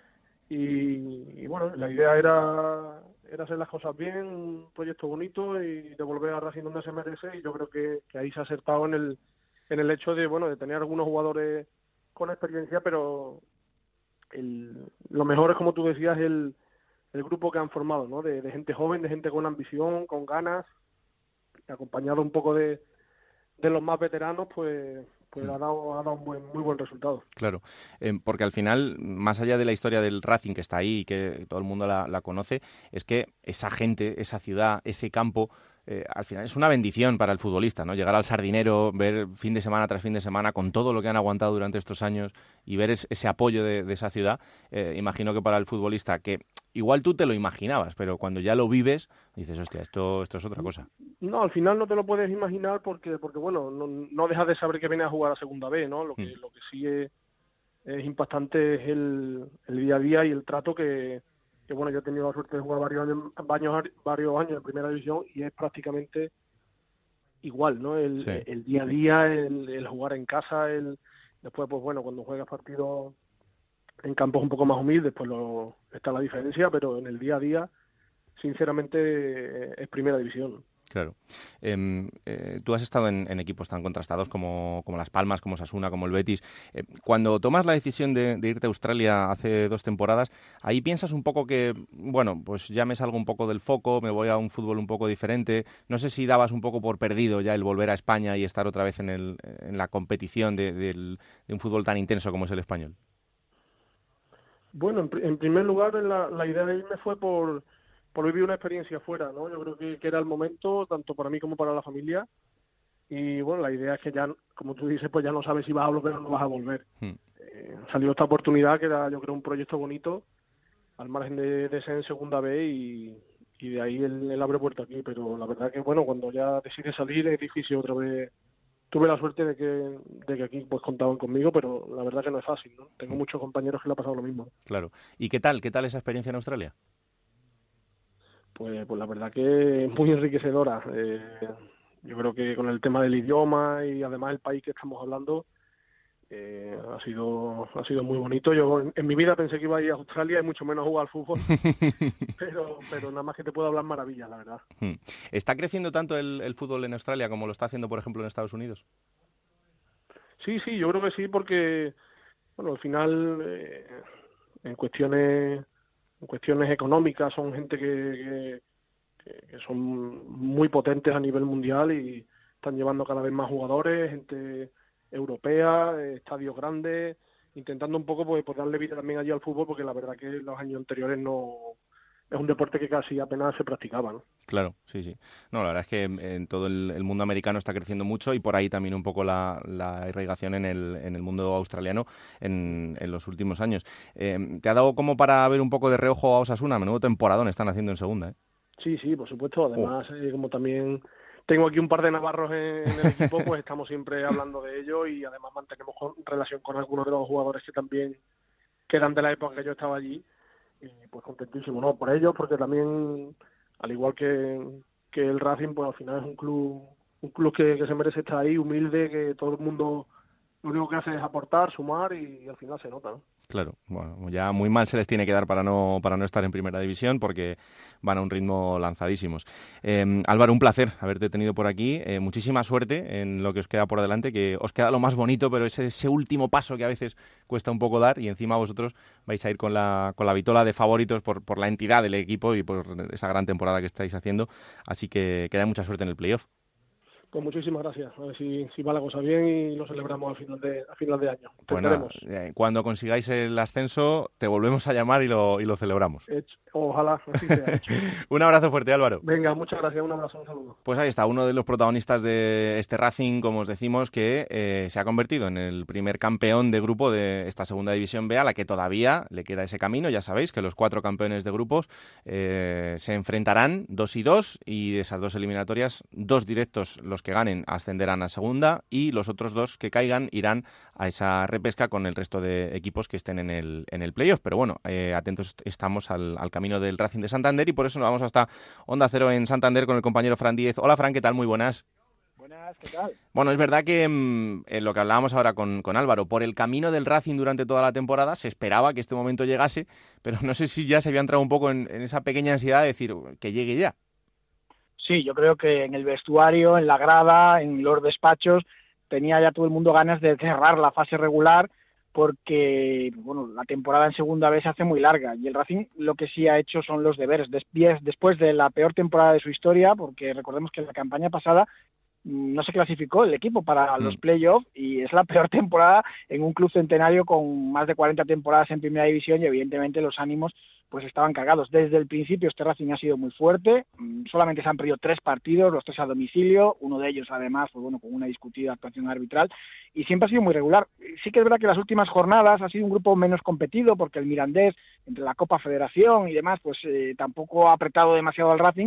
Y, y bueno, la idea era, era hacer las cosas bien, un proyecto bonito y devolver a Racing donde se merece, y yo creo que, que ahí se ha acertado en el, en el hecho de, bueno, de tener algunos jugadores con experiencia, pero el, lo mejor es, como tú decías, el, el grupo que han formado, ¿no? De, de gente joven, de gente con ambición, con ganas, acompañado un poco de, de los más veteranos, pues pues ha dado, ha dado un buen, muy buen resultado. Claro, eh, porque al final, más allá de la historia del Racing que está ahí y que todo el mundo la, la conoce, es que esa gente, esa ciudad, ese campo, eh, al final es una bendición para el futbolista, ¿no? Llegar al Sardinero, ver fin de semana tras fin de semana con todo lo que han aguantado durante estos años y ver es, ese apoyo de, de esa ciudad, eh, imagino que para el futbolista, que igual tú te lo imaginabas, pero cuando ya lo vives, dices, hostia, esto, esto es otra cosa. No, al final no te lo puedes imaginar porque, porque bueno, no, no dejas de saber que vienes a jugar a segunda B, ¿no? Lo que, mm. lo que sí es, es impactante es el, el día a día y el trato que, que, bueno, yo he tenido la suerte de jugar varios años, varios, varios años en primera división y es prácticamente igual, ¿no? El, sí. el día a día, el, el jugar en casa, el después, pues bueno, cuando juegas partidos en campos un poco más humildes, pues lo, está la diferencia, pero en el día a día, sinceramente, es primera división. Claro. Eh, eh, tú has estado en, en equipos tan contrastados como, como Las Palmas, como Osasuna, como el Betis. Eh, cuando tomas la decisión de, de irte a Australia hace dos temporadas, ahí piensas un poco que, bueno, pues ya me salgo un poco del foco, me voy a un fútbol un poco diferente. No sé si dabas un poco por perdido ya el volver a España y estar otra vez en, el, en la competición de, de, de un fútbol tan intenso como es el español. Bueno, en, en primer lugar, la, la idea de irme fue por, por vivir una experiencia fuera, ¿no? Yo creo que, que era el momento, tanto para mí como para la familia. Y bueno, la idea es que ya, como tú dices, pues ya no sabes si vas a volver o no vas a volver. Hmm. Eh, salió esta oportunidad que era, yo creo, un proyecto bonito, al margen de, de ser en segunda B, y, y de ahí él, él abre puerta aquí. Pero la verdad que, bueno, cuando ya decides salir es difícil otra vez. Tuve la suerte de que, de que aquí pues contaban conmigo, pero la verdad que no es fácil, ¿no? Tengo muchos compañeros que le ha pasado lo mismo. Claro. ¿Y qué tal? ¿Qué tal esa experiencia en Australia? Pues, pues la verdad que es muy enriquecedora. Eh, yo creo que con el tema del idioma y además el país que estamos hablando, eh, ha sido ha sido muy bonito. Yo en, en mi vida pensé que iba a ir a Australia y mucho menos a jugar al fútbol, pero pero nada más que te puedo hablar maravillas, la verdad. ¿Está creciendo tanto el, el fútbol en Australia como lo está haciendo, por ejemplo, en Estados Unidos? Sí, sí, yo creo que sí, porque bueno, al final eh, en cuestiones en cuestiones económicas son gente que, que, que son muy potentes a nivel mundial y están llevando cada vez más jugadores, gente europea, estadios grandes, intentando un poco pues, pues darle vida también allí al fútbol, porque la verdad que en los años anteriores no es un deporte que casi apenas se practicaba, ¿no? Claro, sí, sí. No, la verdad es que en todo el, el mundo americano está creciendo mucho y por ahí también un poco la, la irrigación en el, en el mundo australiano en, en los últimos años. Eh, ¿Te ha dado como para ver un poco de reojo a Osasuna? Menudo temporadón están haciendo en segunda, ¿eh? Sí, sí, por supuesto. Además, oh. eh, como también tengo aquí un par de navarros en, en el equipo, pues estamos siempre hablando de ello y además mantenemos con, relación con algunos de los jugadores que también quedan de la época que yo estaba allí. Y pues contentísimo, ¿no? Por ellos, porque también, al igual que, que el Racing, pues al final es un club un club que, que se merece estar ahí, humilde, que todo el mundo lo único que hace es aportar, sumar y, y al final se nota, ¿no? Claro, bueno, ya muy mal se les tiene que dar para no para no estar en primera división porque van a un ritmo lanzadísimos. Eh, Álvaro, un placer haberte tenido por aquí, eh, muchísima suerte en lo que os queda por delante, que os queda lo más bonito, pero es ese último paso que a veces cuesta un poco dar y encima vosotros vais a ir con la con la vitola de favoritos por, por la entidad del equipo y por esa gran temporada que estáis haciendo, así que que haya mucha suerte en el playoff. Pues muchísimas gracias. A ver si, si va la cosa bien y lo celebramos a final de, a final de año. Pues nada, eh, cuando consigáis el ascenso, te volvemos a llamar y lo, y lo celebramos. Hecho. Ojalá, así sea hecho. Un abrazo fuerte, Álvaro. Venga, muchas gracias. Un abrazo, un saludo. Pues ahí está, uno de los protagonistas de este Racing, como os decimos, que eh, se ha convertido en el primer campeón de grupo de esta segunda división B, a la que todavía le queda ese camino. Ya sabéis que los cuatro campeones de grupos eh, se enfrentarán dos y dos, y de esas dos eliminatorias, dos directos los equipos que ganen ascenderán a segunda y los otros dos que caigan irán a esa repesca con el resto de equipos que estén en el, en el playoff. Pero bueno, eh, atentos estamos al, al camino del Racing de Santander y por eso nos vamos hasta Onda Cero en Santander con el compañero Fran Díez. Hola Fran, ¿qué tal? Muy buenas. Buenas, ¿qué tal? Bueno, es verdad que mmm, en lo que hablábamos ahora con, con Álvaro, por el camino del Racing durante toda la temporada se esperaba que este momento llegase, pero no sé si ya se había entrado un poco en, en esa pequeña ansiedad de decir que llegue ya. Sí, yo creo que en el vestuario, en la grada, en los despachos, tenía ya todo el mundo ganas de cerrar la fase regular porque, bueno, la temporada en segunda vez se hace muy larga y el Racing lo que sí ha hecho son los deberes. Después de la peor temporada de su historia, porque recordemos que en la campaña pasada no se clasificó el equipo para mm. los playoffs y es la peor temporada en un club centenario con más de cuarenta temporadas en primera división y evidentemente los ánimos pues estaban cargados. Desde el principio este Racing ha sido muy fuerte, solamente se han perdido tres partidos, los tres a domicilio, uno de ellos además pues bueno con una discutida actuación arbitral y siempre ha sido muy regular. Sí que es verdad que las últimas jornadas ha sido un grupo menos competido porque el Mirandés, entre la Copa Federación y demás, pues eh, tampoco ha apretado demasiado al Racing.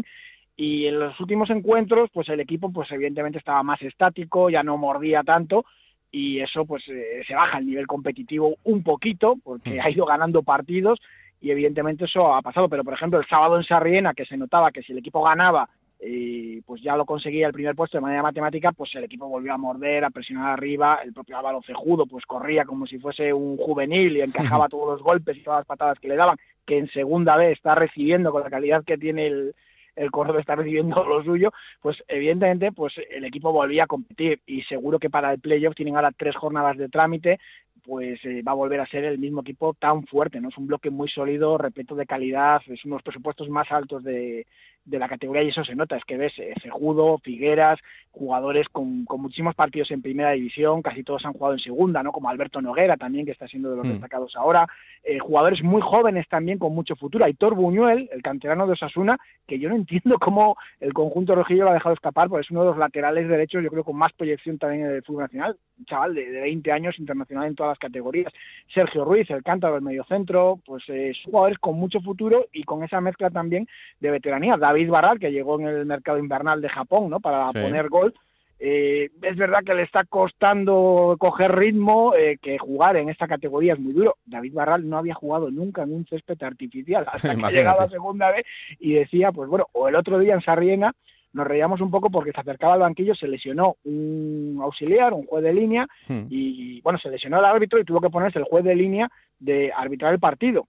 Y en los últimos encuentros, pues el equipo, pues evidentemente estaba más estático, ya no mordía tanto, y eso pues eh, se baja el nivel competitivo un poquito, porque ha ido ganando partidos, y evidentemente eso ha pasado. Pero, por ejemplo, el sábado en Sarriena, que se notaba que si el equipo ganaba, eh, pues ya lo conseguía el primer puesto de manera matemática, pues el equipo volvió a morder, a presionar arriba, el propio Álvaro Cejudo pues corría como si fuese un juvenil y encajaba todos los golpes y todas las patadas que le daban, que en segunda vez está recibiendo con la calidad que tiene el el Córdoba está recibiendo lo suyo, pues evidentemente pues el equipo volvía a competir y seguro que para el playoff tienen ahora tres jornadas de trámite, pues eh, va a volver a ser el mismo equipo tan fuerte, ¿no? Es un bloque muy sólido, repito, de calidad, es uno de los presupuestos más altos de, de la categoría y eso se nota, es que ves eh, Cejudo, Figueras, jugadores con, con muchísimos partidos en primera división, casi todos han jugado en segunda, ¿no? Como Alberto Noguera también, que está siendo de los mm. destacados ahora, eh, jugadores muy jóvenes también con mucho futuro, Aitor Buñuel, el canterano de Osasuna, que yo no entiendo cómo el conjunto rojillo lo ha dejado escapar, porque es uno de los laterales derechos, yo creo, con más proyección también en el fútbol nacional, un chaval de, de veinte años, internacional en todas las categorías. Sergio Ruiz, el cántaro del mediocentro, pues eh, son jugadores con mucho futuro y con esa mezcla también de veteranía. David Barral, que llegó en el mercado invernal de Japón, ¿no? Para sí. poner gol. Eh, es verdad que le está costando coger ritmo, eh, que jugar en esta categoría es muy duro. David Barral no había jugado nunca en un césped artificial hasta que ha llegado a segunda vez y decía, pues bueno, o el otro día en Sarriena nos reíamos un poco porque se acercaba al banquillo, se lesionó un auxiliar, un juez de línea, hmm. y bueno, se lesionó el árbitro y tuvo que ponerse el juez de línea de arbitrar el partido.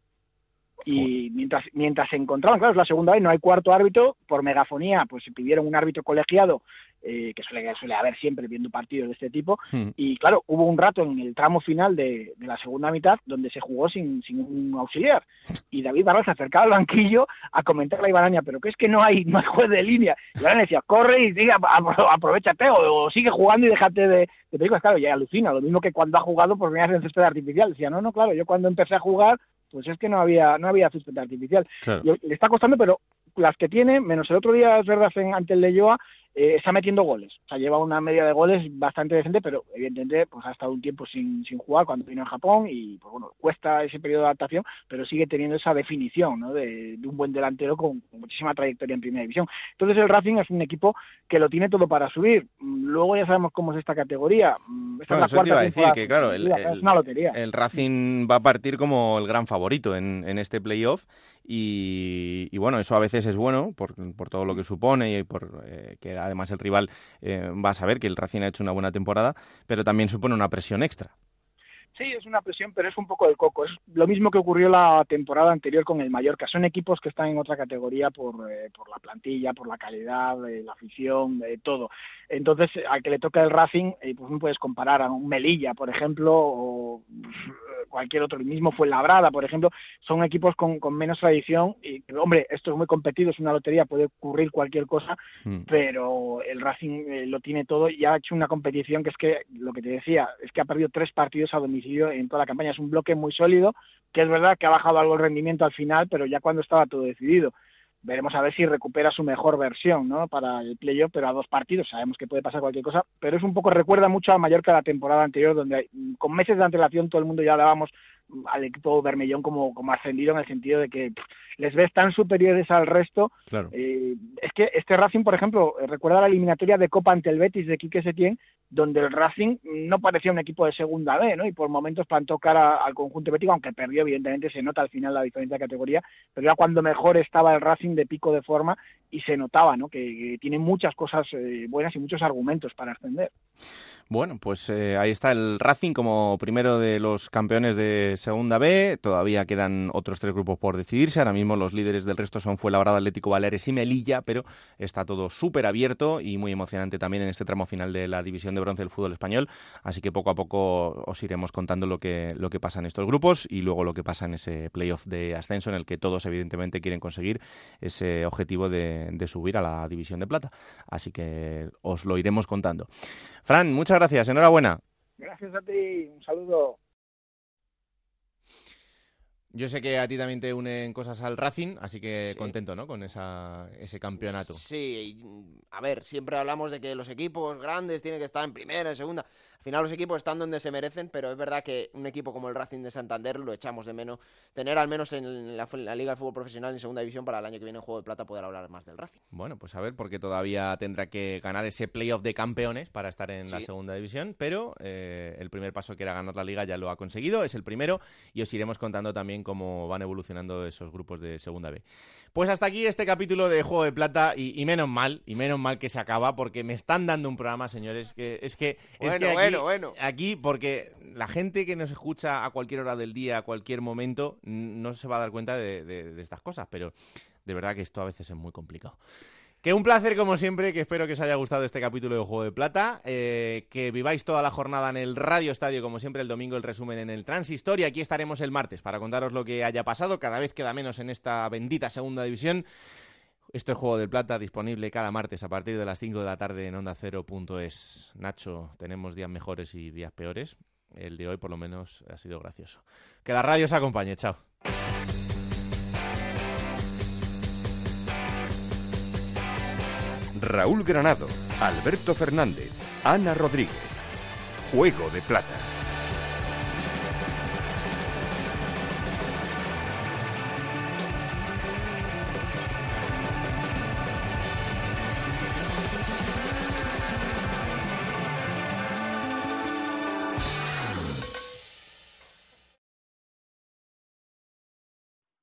Y mientras mientras se encontraban, claro, es la segunda vez, no hay cuarto árbitro, por megafonía, pues se pidieron un árbitro colegiado, eh, que suele, suele haber siempre viendo partidos de este tipo, mm. y claro, hubo un rato en el tramo final de, de la segunda mitad donde se jugó sin, sin un auxiliar, y David Barral se acercaba al banquillo a comentarle a Ibaraña, pero que es que no hay, no hay juez de línea, y Ibaraña decía, corre y diga, aprovechate, o, o sigue jugando y déjate de, de películas, claro, y alucina, lo mismo que cuando ha jugado por primera vez en césped artificial, decía, no, no, claro, yo cuando empecé a jugar, pues es que no había no había césped artificial. Claro. Le está costando, pero las que tiene, menos el otro día, es verdad, en, ante el Leioa, eh, está metiendo goles. O sea, lleva una media de goles bastante decente, pero evidentemente pues ha estado un tiempo sin, sin jugar cuando vino a Japón y pues bueno, cuesta ese periodo de adaptación, pero sigue teniendo esa definición, ¿no? de, de un buen delantero con, con muchísima trayectoria en primera división. Entonces el Racing es un equipo que lo tiene todo para subir. Luego ya sabemos cómo es esta categoría. Esta bueno, es la eso te iba a decir, que claro, el, el, es una lotería. El Racing va a partir como el gran favorito en, en este playoff y, y bueno, eso a veces es bueno por, por todo lo que supone y por eh, que además el rival eh, va a saber que el Racing ha hecho una buena temporada, pero también supone una presión extra. Sí, es una presión, pero es un poco el coco. Es lo mismo que ocurrió la temporada anterior con el Mallorca. Son equipos que están en otra categoría por, eh, por la plantilla, por la calidad, eh, la afición, eh, todo. Entonces, al que le toca el Racing, eh, pues no puedes comparar a un Melilla, por ejemplo, o cualquier otro. El mismo Fuenlabrada, por ejemplo. Son equipos con, con menos tradición. Y, hombre, esto es muy competido, es una lotería, puede ocurrir cualquier cosa, mm. pero el Racing eh, lo tiene todo y ha hecho una competición que es que, lo que te decía, es que ha perdido tres partidos a domicilio en toda la campaña. Es un bloque muy sólido, que es verdad que ha bajado algo el rendimiento al final, pero ya cuando estaba todo decidido. Veremos a ver si recupera su mejor versión, ¿no? Para el playoff, pero a dos partidos. Sabemos que puede pasar cualquier cosa, pero es un poco, recuerda mucho a Mallorca la temporada anterior, donde con meses de antelación todo el mundo ya dábamos al equipo Bermellón como, como ascendido, en el sentido de que pff, les ves tan superiores al resto. Claro. Eh, es que este Racing, por ejemplo, recuerda la eliminatoria de Copa ante el Betis de Quique Setién, donde el Racing no parecía un equipo de segunda B, ¿no? Y por momentos plantó cara al conjunto bético, aunque perdió, evidentemente se nota al final la diferencia de categoría, pero era cuando mejor estaba el Racing de pico de forma y se notaba, ¿no? Que, que tiene muchas cosas eh, buenas y muchos argumentos para ascender. Bueno, pues eh, ahí está el Racing como primero de los campeones de Segunda B. Todavía quedan otros tres grupos por decidirse. Ahora mismo los líderes del resto son Fuenlabrada, Atlético Baleares y Melilla, pero está todo súper abierto y muy emocionante también en este tramo final de la División de Bronce del fútbol español. Así que poco a poco os iremos contando lo que, lo que pasa en estos grupos y luego lo que pasa en ese playoff de ascenso en el que todos evidentemente quieren conseguir ese objetivo de, de subir a la División de Plata. Así que os lo iremos contando. Fran, muchas gracias, enhorabuena. Gracias a ti, un saludo. Yo sé que a ti también te unen cosas al Racing, así que Sí. contento, ¿no?, con esa, ese campeonato. Sí, a ver, siempre hablamos de que los equipos grandes tienen que estar en primera, en segunda. Al final los equipos están donde se merecen, pero es verdad que un equipo como el Racing de Santander lo echamos de menos. Tener al menos en la, la Liga de Fútbol Profesional en segunda división para el año que viene en Juego de Plata poder hablar más del Racing. Bueno, pues a ver, porque todavía tendrá que ganar ese playoff de campeones para estar en Sí. la segunda división, pero eh, el primer paso que era ganar la Liga ya lo ha conseguido, es el primero, y os iremos contando también cómo van evolucionando esos grupos de segunda B. Pues hasta aquí este capítulo de Juego de Plata, y, y menos mal, y menos mal que se acaba, porque me están dando un programa, señores, que es que, es Bueno, que aquí, bueno, bueno. aquí, porque la gente que nos escucha a cualquier hora del día, a cualquier momento, no se va a dar cuenta de, de, de estas cosas, pero de verdad que esto a veces es muy complicado. Que un placer como siempre, que espero que os haya gustado este capítulo de Juego de Plata, eh, que viváis toda la jornada en el Radio Estadio, como siempre el domingo el resumen en el Transistor, y aquí estaremos el martes para contaros lo que haya pasado, cada vez queda menos en esta bendita segunda división. Esto es Juego de Plata, disponible cada martes a partir de las cinco de la tarde en onda cero punto es. Nacho, tenemos días mejores y días peores, el de hoy por lo menos ha sido gracioso. Que la radio os acompañe, chao. Raúl Granado, Alberto Fernández, Ana Rodríguez. Juego de Plata.